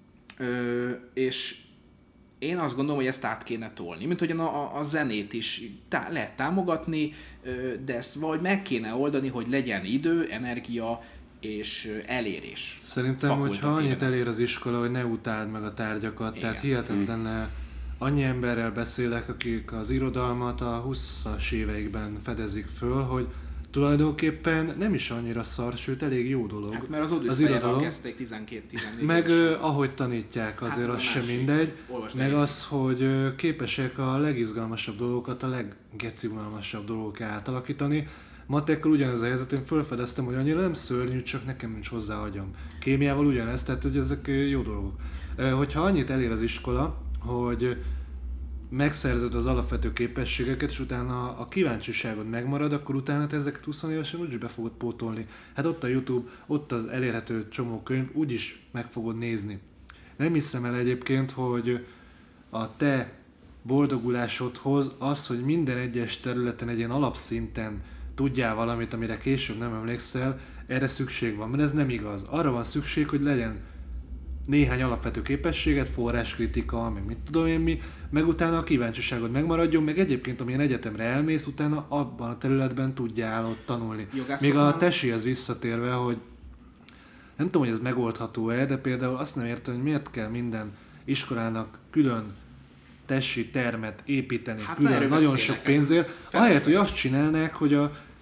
és én azt gondolom, hogy ezt át kéne tolni. Mint hogy a zenét is lehet támogatni, de ezt valahogy meg kéne oldani, hogy legyen idő, energia és elérés. Szerintem, hogyha annyit elér az iskola, hogy ne utáld meg a tárgyakat, igen. Tehát hihetetlen annyi emberrel beszélek, akik az irodalmat a 20-as éveikben fedezik föl, hogy tulajdonképpen nem is annyira szar, sőt elég jó dolog. Hát, mert az Odüsszeiával kezdték 12-14 meg ahogy tanítják, azért az sem mindegy. Meg az, hogy képesek a legizgalmasabb dolgokat a leggecizgalmasabb dolgok átalakítani. Matekkal ugyanez a helyzet, én felfedeztem, hogy annyira nem szörnyű, csak nekem nincs hozzá agyam. Kémiával ugyanez, tehát hogy ezek jó dolgok. Hogyha annyit elér az iskola, hogy megszerzed az alapvető képességeket, és utána a kíváncsiságod megmarad, akkor utána te ezeket 20 évesen úgyis be fogod pótolni. Hát ott a YouTube, ott az elérhető csomó könyv, úgyis meg fogod nézni. Nem hiszem el egyébként, hogy a te boldogulásodhoz az, hogy minden egyes területen egy ilyen alapszinten tudjál valamit, amire később nem emlékszel, erre szükség van, mert ez nem igaz. Arra van szükség, hogy legyen néhány alapvető képességet, forráskritika, meg mit tudom én mi, meg utána a kíváncsiságod megmaradjon, meg egyébként amilyen egyetemre elmész, utána abban a területben tudjál ott tanulni. Még a tesihez visszatérve, hogy nem tudom, hogy ez megoldható-e, de például azt nem értem, hogy miért kell minden iskolának külön tesi termet építeni, külön nagyon sok pénzért, ahelyett, hogy azt csinálnák, hogy a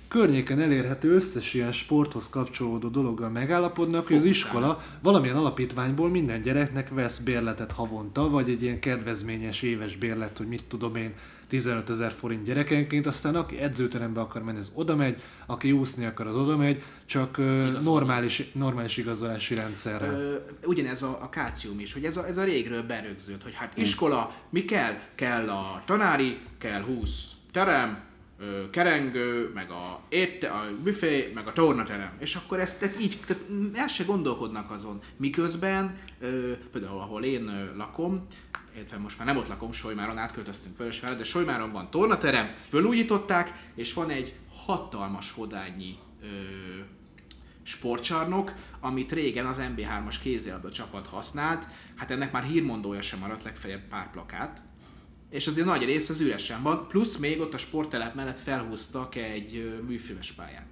környéken elérhető összes ilyen sporthoz kapcsolódó dologgal megállapodnak, hogy az iskola valamilyen alapítványból minden gyereknek vesz bérletet havonta, vagy egy ilyen kedvezményes éves bérlet, hogy mit tudom én, 15 000 forint gyerekenként, aztán aki edzőterembe akar menni, az oda megy, aki úszni akar, az oda megy, csak normális igazolási rendszerrel. Ugyanez a kácium is, hogy ez a régről berögzült, hogy hát iskola, mi kell? Kell a tanári, kell 20 terem, kerengő, meg a büfé, meg a tornaterem. És akkor ezt így el se gondolkodnak azon. Miközben, például ahol én lakom, illetve most már nem ott lakom, Solymáron átköltöztünk Vörösvárra, de Solymáron van tornaterem, fölújították, és van egy hatalmas hodányi sportcsarnok, amit régen az MB3-as kézilabda csapat használt. Hát ennek már hírmondója sem maradt, legfeljebb pár plakát. És azért nagy rész az üresen van, plusz még ott a sporttelep mellett felhúztak egy műfilmes pályát.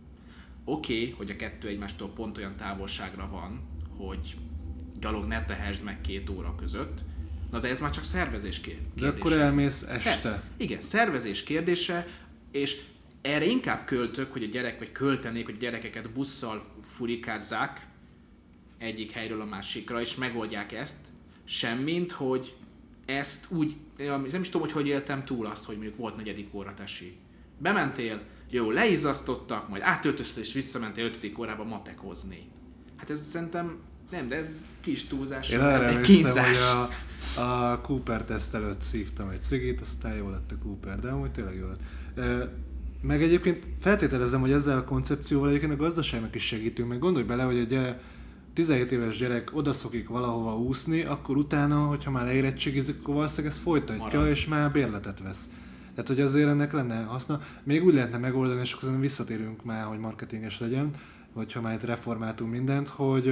Oké, hogy a kettő egymástól pont olyan távolságra van, hogy gyalog ne tehesd meg 2 óra között, na de ez már csak szervezés kérdése. De akkor elmész este. Igen, szervezés kérdése, és erre inkább költök, hogy a gyerek, vagy költenék, hogy a gyerekeket busszal furikázzák egyik helyről a másikra, és megoldják ezt, semmint, hogy ezt úgy, nem is tudom, hogy éltem túl azt, hogy mondjuk volt 4. óra tesi. Bementél, jó, leizzasztottak, majd átöltöztél és visszamentél 5. órába matekozni. Hát ez szerintem nem, de ez kis túlzás. Én arra emlékszem, hogy a Cooper teszt előtt szívtam egy cigit, aztán jó lett a Cooper, de amúgy tényleg jó lett. Meg egyébként feltételezem, hogy ezzel a koncepcióval egyébként a gazdaságnak is segítünk, meg gondolj bele, hogy egy 17 éves gyerek odaszokik valahova úszni, akkor utána, hogyha már leérettségizik, akkor valószínűleg ezt folytatja, és már bérletet vesz. Tehát, hogy azért ennek lenne haszna. Még úgy lehetne megoldani, és akkor visszatérünk már, hogy marketinges legyen, vagy ha már itt reformáltunk mindent, hogy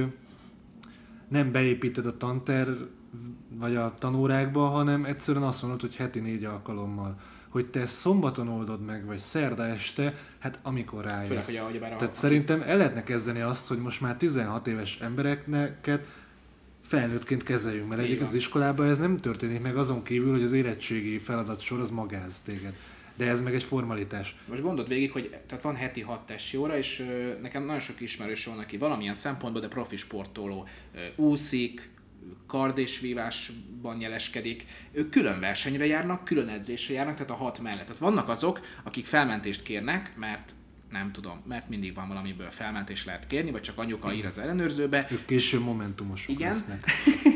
nem beépíted a tanterv vagy a tanórákba, hanem egyszerűen azt mondod, hogy heti 4 alkalommal. Hogy te szombaton oldod meg, vagy szerda este, hát amikor rájössz. Tehát szerintem el lehetne kezdeni azt, hogy most már 16 éves embereket felnőttként kezeljünk, mert egyébként az iskolában ez nem történik meg azon kívül, hogy az érettségi feladatsor az magáz téged. De ez meg egy formalitás. Most gondold végig, hogy tehát van heti 6 testi óra, és nekem nagyon sok ismerős van, aki valamilyen szempontból, de profi sportoló, úszik, kard és vívásban jeleskedik, ők külön versenyre járnak, külön edzésre járnak, tehát a 6 mellett. Tehát vannak azok, akik felmentést kérnek, mert nem tudom, mert mindig van valamiből felmentés lehet kérni, vagy csak anyuka ír az ellenőrzőbe. Ők később momentumosok lesznek.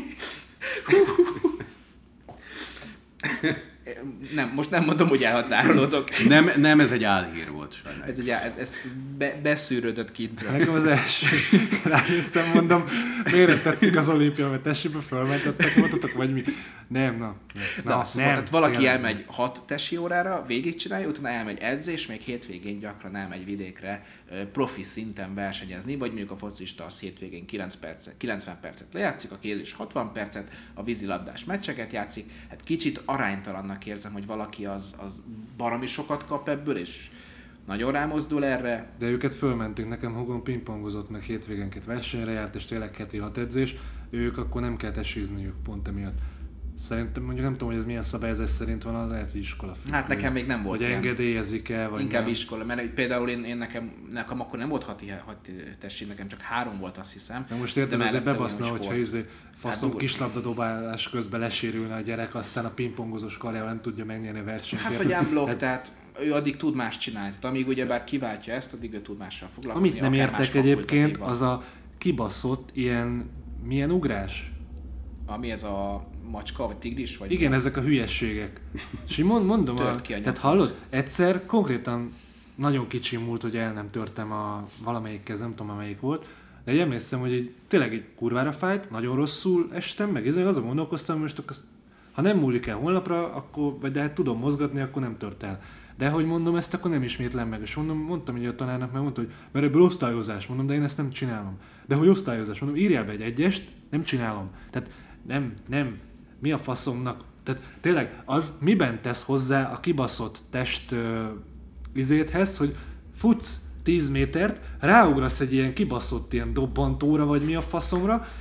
Nem, most nem mondom, hogy elhatárolódok. Nem, ez egy álhír volt sajnálom. Ez beszűrődött kintre. Nekem az első ránéztem, mondom, miért tetszik az olimpia, mert tesibe fölmentettek, mondhatok, vagy mi? Nem. Tehát valaki elmegy 6 tesi órára, végigcsinálja, utána elmegy edzés, még hétvégén gyakran elmegy vidékre profi szinten versenyezni, vagy mondjuk a focista az hétvégén 90 percet lejátszik, a kézés 60 percet, a vízilabdás meccseket játszik. Hát kicsit aránytalannak érzem, hogy valaki az baromi sokat kap ebből, és nagyon rámozdul erre. De őket fölmentünk, nekem húgom pingpongozott, meg hétvégenként versenyre járt, és tényleg heti 6 edzés, ők akkor nem kell tesizniük pont emiatt. Szerintem mondjuk nem tudom, hogy ez milyen szabályozás szerint van, lehet, hogy iskola függő. Hát nekem még nem volt hogy engedélyezik-e, vagy inkább nem. Iskola, mert például én nekem akkor nem volt 6 tesi, nekem csak 3 volt, azt hiszem. De most érted, azért bebaszna, hogyha faszom kislabdadobálás közben lesérülne a gyerek, aztán a pingpongozós karjával nem tudja megnyerni a versenyt. Hát vagy unblock, tehát ő addig tud más csinálni. Tehát amíg ugyebár kiváltja ezt, addig ő tud mással foglalkozni. Amit nem értek egyébként, az a kibaszott ilyen, milyen ugrás? Ami ez a macska, vagy tigris? Vagy igen, ezek a hülyességek. És így mondom, tehát hallod, egyszer konkrétan nagyon kicsi múlt, hogy el nem törtem a valamelyik kez, nem tudom, amelyik volt, de emlékszem, hogy tényleg egy kurvára fájt, nagyon rosszul estem, meg azon gondolkoztam, hogy most ha nem múlik el holnapra, akkor, vagy de hát tudom mozgatni, akkor nem tört el. De hogy mondom, ezt akkor nem ismétlem meg. És mondtam így a tanárnak, mert mondta, hogy mert ebből osztályozás, mondom, de én ezt nem csinálom. De hogy osztályozás, mondom, írjál be egy 1-est, nem csinálom. Tehát nem, mi a faszomnak? Tehát tényleg az miben tesz hozzá a kibaszott test izéthez, hogy futsz 10 métert, ráugrasz egy ilyen kibaszott ilyen dobbantóra, vagy mi a faszomra,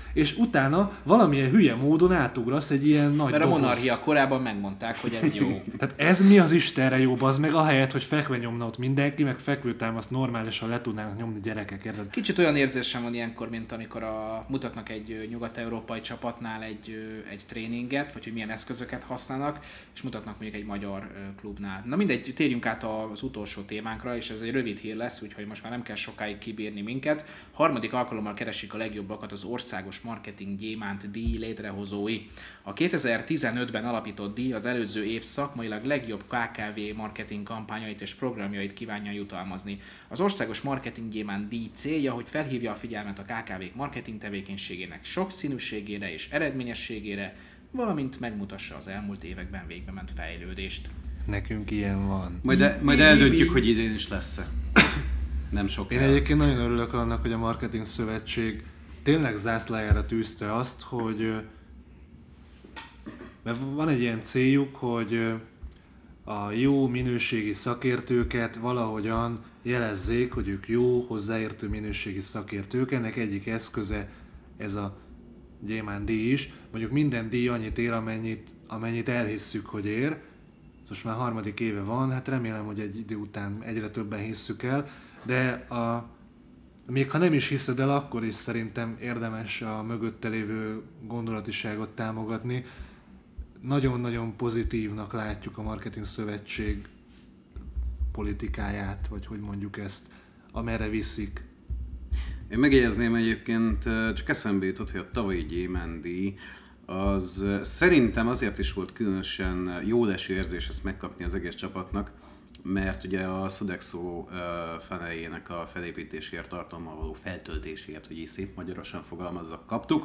és utána valamilyen hülye módon átugrasz egy ilyen nagy Mert a dobozt. monarchia korában megmondták, hogy ez jó. Tehát ez mi az Istenre jó, bazd meg, ahelyett, hogy fekve nyomna ott mindenki, meg fekvőtámaszt normálisan le tudnának nyomni gyerekek, érted? Kicsit olyan érzésem van ilyenkor, mint amikor mutatnak egy nyugat-európai csapatnál egy tréninget, vagy hogy milyen eszközöket használnak, és mutatnak mondjuk egy magyar klubnál. Na mindegy, térjünk át az utolsó témánkra, és ez egy rövid hír lesz, úgyhogy most már nem kell sokáig kibírni minket. Harmadik alkalommal keresik a legjobbakat az Országos Marketing Gyémánt díj létrehozói. A 2015-ben alapított díj az előző év szakmailag legjobb KKV marketing kampányait és programjait kívánja jutalmazni. Az Országos Marketing Gyémánt díj célja, hogy felhívja a figyelmet a KKV-k marketing tevékenységének sokszínűségére és eredményességére, valamint megmutassa az elmúlt években végbement fejlődést. Nekünk ilyen van. Majd eldöntjük, hogy idén is lesz-e. Nem sok. Én egyébként nagyon örülök annak, hogy a Marketing Szövetség tényleg zászlájára tűzte azt, hogy mert van egy ilyen céljuk, hogy a jó minőségi szakértőket valahogyan jelezzék, hogy ők jó, hozzáértő minőségi szakértők. Ennek egyik eszköze ez a Gyémánt díj is. Mondjuk minden díj annyit ér, amennyit elhisszük, hogy ér. Most már 3. éve van, hát remélem, hogy egy idő után egyre többen hisszük el, de még ha nem is hiszed el, akkor is szerintem érdemes a mögötte lévő gondolatiságot támogatni. Nagyon-nagyon pozitívnak látjuk a Marketing Szövetség politikáját, vagy hogy mondjuk ezt, amerre viszik. Én megjegyezném egyébként, csak eszembe jutott, hogy a tavalyi Gyémánt díj az szerintem azért is volt különösen jó leső érzés ezt megkapni az egész csapatnak, mert ugye a Sodexo feneljének a felépítéséért, tartalommal való feltöltéséért, hogy így szép magyarosan fogalmazzak, kaptuk.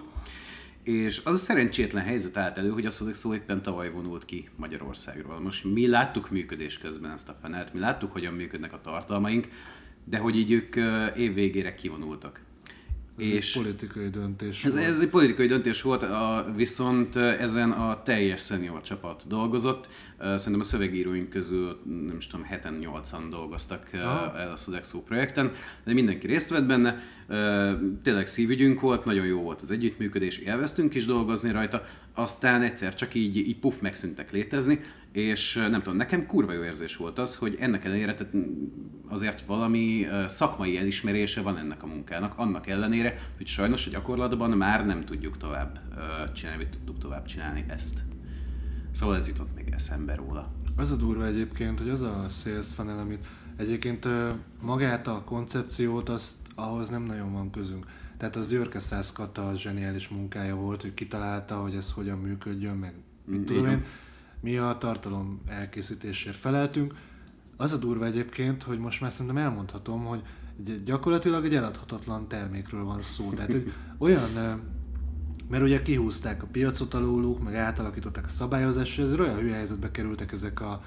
És az a szerencsétlen helyzet állt elő, hogy a Sodexo éppen tavaly vonult ki Magyarországról. Most mi láttuk működés közben ezt a fenelt, mi láttuk, hogyan működnek a tartalmaink, de hogy így ők év végére kivonultak. Ez egy politikai döntés volt. Ez egy politikai döntés volt, viszont ezen a teljes senior csapat dolgozott. Szerintem a szövegíróink közül, nem is tudom, 7-8-an dolgoztak el a Sodexo projekten, de mindenki részt vett benne. Tényleg szívügyünk volt, nagyon jó volt az együttműködés, élveztünk is dolgozni rajta, aztán egyszer csak így puff megszűntek létezni, és nem tudom, nekem kurva jó érzés volt az, hogy ennek ellenére azért valami szakmai elismerése van ennek a munkának, annak ellenére, hogy sajnos a gyakorlatban már nem tudjuk tovább csinálni, vagy tudjuk tovább csinálni ezt. Szóval ez jutott még eszembe róla. Az a durva egyébként, hogy az a sales funnel, amit egyébként magát a koncepciót, ahhoz nem nagyon van közünk. Tehát az Györke Szász Kata zseniális munkája volt, hogy kitalálta, hogy ez hogyan működjön, meg mit tudom én. Mi a tartalom elkészítésért feleltünk. Az a durva egyébként, hogy most már szerintem elmondhatom, hogy gyakorlatilag egy eladhatatlan termékről van szó. Tehát egy olyan, mert ugye kihúzták a piacot alóluk, meg átalakították a szabályozást, ezért olyan hülye helyzetbe kerültek ezek a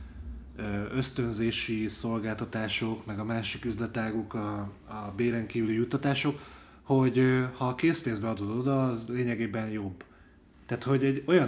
ösztönzési szolgáltatások, meg a másik üzletáguk, a béren kívüli juttatások, hogy ha a készpénzbe adod oda, az lényegében jobb. Tehát, hogy egy olyan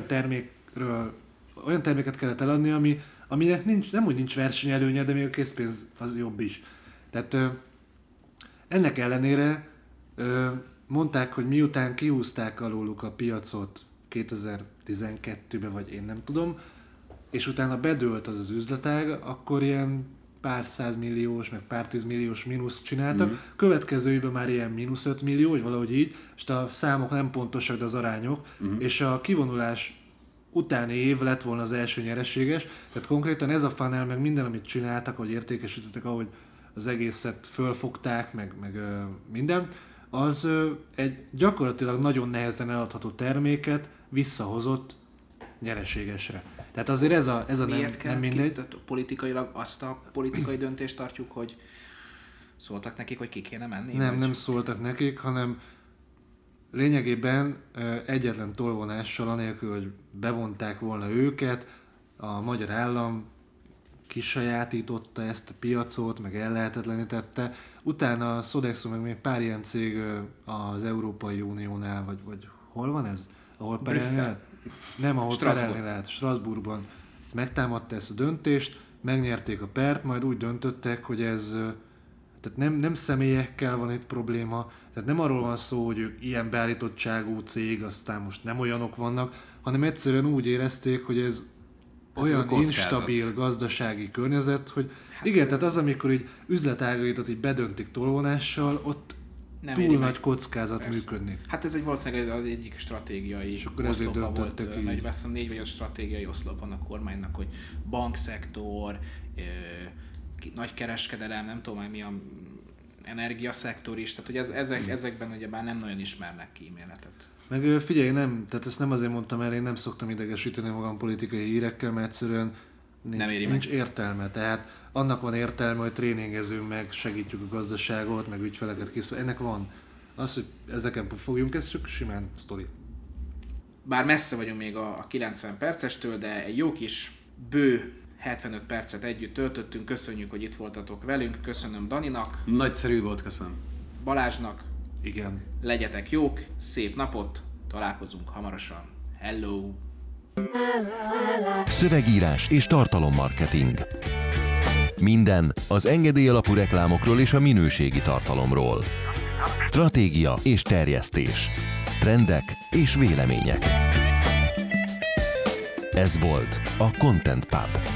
terméket kellett eladni, aminek nem úgy nincs versenyelőnye, de még a készpénz az jobb is. Tehát ennek ellenére mondták, hogy miután kihúzták alóluk a piacot 2012-ben, vagy én nem tudom, és utána bedőlt az üzletág, akkor ilyen pár 100 milliós, meg pár 10 milliós mínuszt csináltak. Következő évben már ilyen mínusz 5 millió, vagy valahogy így, és a számok nem pontosak, de az arányok, és a kivonulás utáni év lett volna az első nyereséges, tehát konkrétan ez a funnel, meg minden, amit csináltak, ahogy értékesítettek, ahogy az egészet fölfogták, meg minden, az egy gyakorlatilag nagyon nehezen eladható terméket visszahozott nyereségesre. Tehát azért ez a nem mindegy. Politikailag azt a politikai döntést tartjuk, hogy szóltak nekik, hogy ki kéne menni? Nem szóltak nekik, hanem lényegében egyetlen tolvonással, anélkül, hogy bevonták volna őket, a magyar állam kisajátította ezt a piacot, meg ellehetetlenítette. Utána a Sodexo, meg még pár ilyen cég az Európai Uniónál, vagy hol van ez? Ahol perelni lehet? Nem, ahol perelni lehet. Strasbourgban. Ezt megtámadta ezt a döntést, megnyerték a pert, majd úgy döntöttek, hogy ez Tehát nem személyekkel van itt probléma, tehát nem arról van szó, hogy ők ilyen beállítottságú cég, aztán most nem olyanok vannak, hanem egyszerűen úgy érezték, hogy ez olyan instabil gazdasági környezet, hogy igen, tehát az, amikor így üzletágaidat így bedöntik tolvonással, ott nem túl nagy kockázat működni. Hát ez egy valószínűleg az egyik stratégiai oszlopa volt, vagy azt hiszem 4 vagy 5 stratégiai oszlop van a kormánynak, hogy bankszektor, nagy kereskedelem, nem tudom már mi a energiaszektor is, tehát hogy ezekben ugyebár nem nagyon ismernek kíméletet. Meg figyelj, tehát ezt nem azért mondtam el, én nem szoktam idegesíteni magam politikai hírekkel, mert egyszerűen nincs értelme. Tehát annak van értelme, hogy tréningezünk meg, segítjük a gazdaságot, meg ügyfeleket készül. Ennek van. Az, hogy ezeken fogjunk, ez csak simán sztori. Bár messze vagyunk még a 90 percestől, de egy jó kis bő 75 percet együtt töltöttünk. Köszönjük, hogy itt voltatok velünk. Köszönöm Daninak. Nagyszerű volt, köszönöm. Balázsnak. Igen. Legyetek jók, szép napot, találkozunk hamarosan. Hello! Szövegírás és tartalommarketing. Minden az engedélyalapú reklámokról és a minőségi tartalomról. Stratégia és terjesztés. Trendek és vélemények. Ez volt a Content Pub.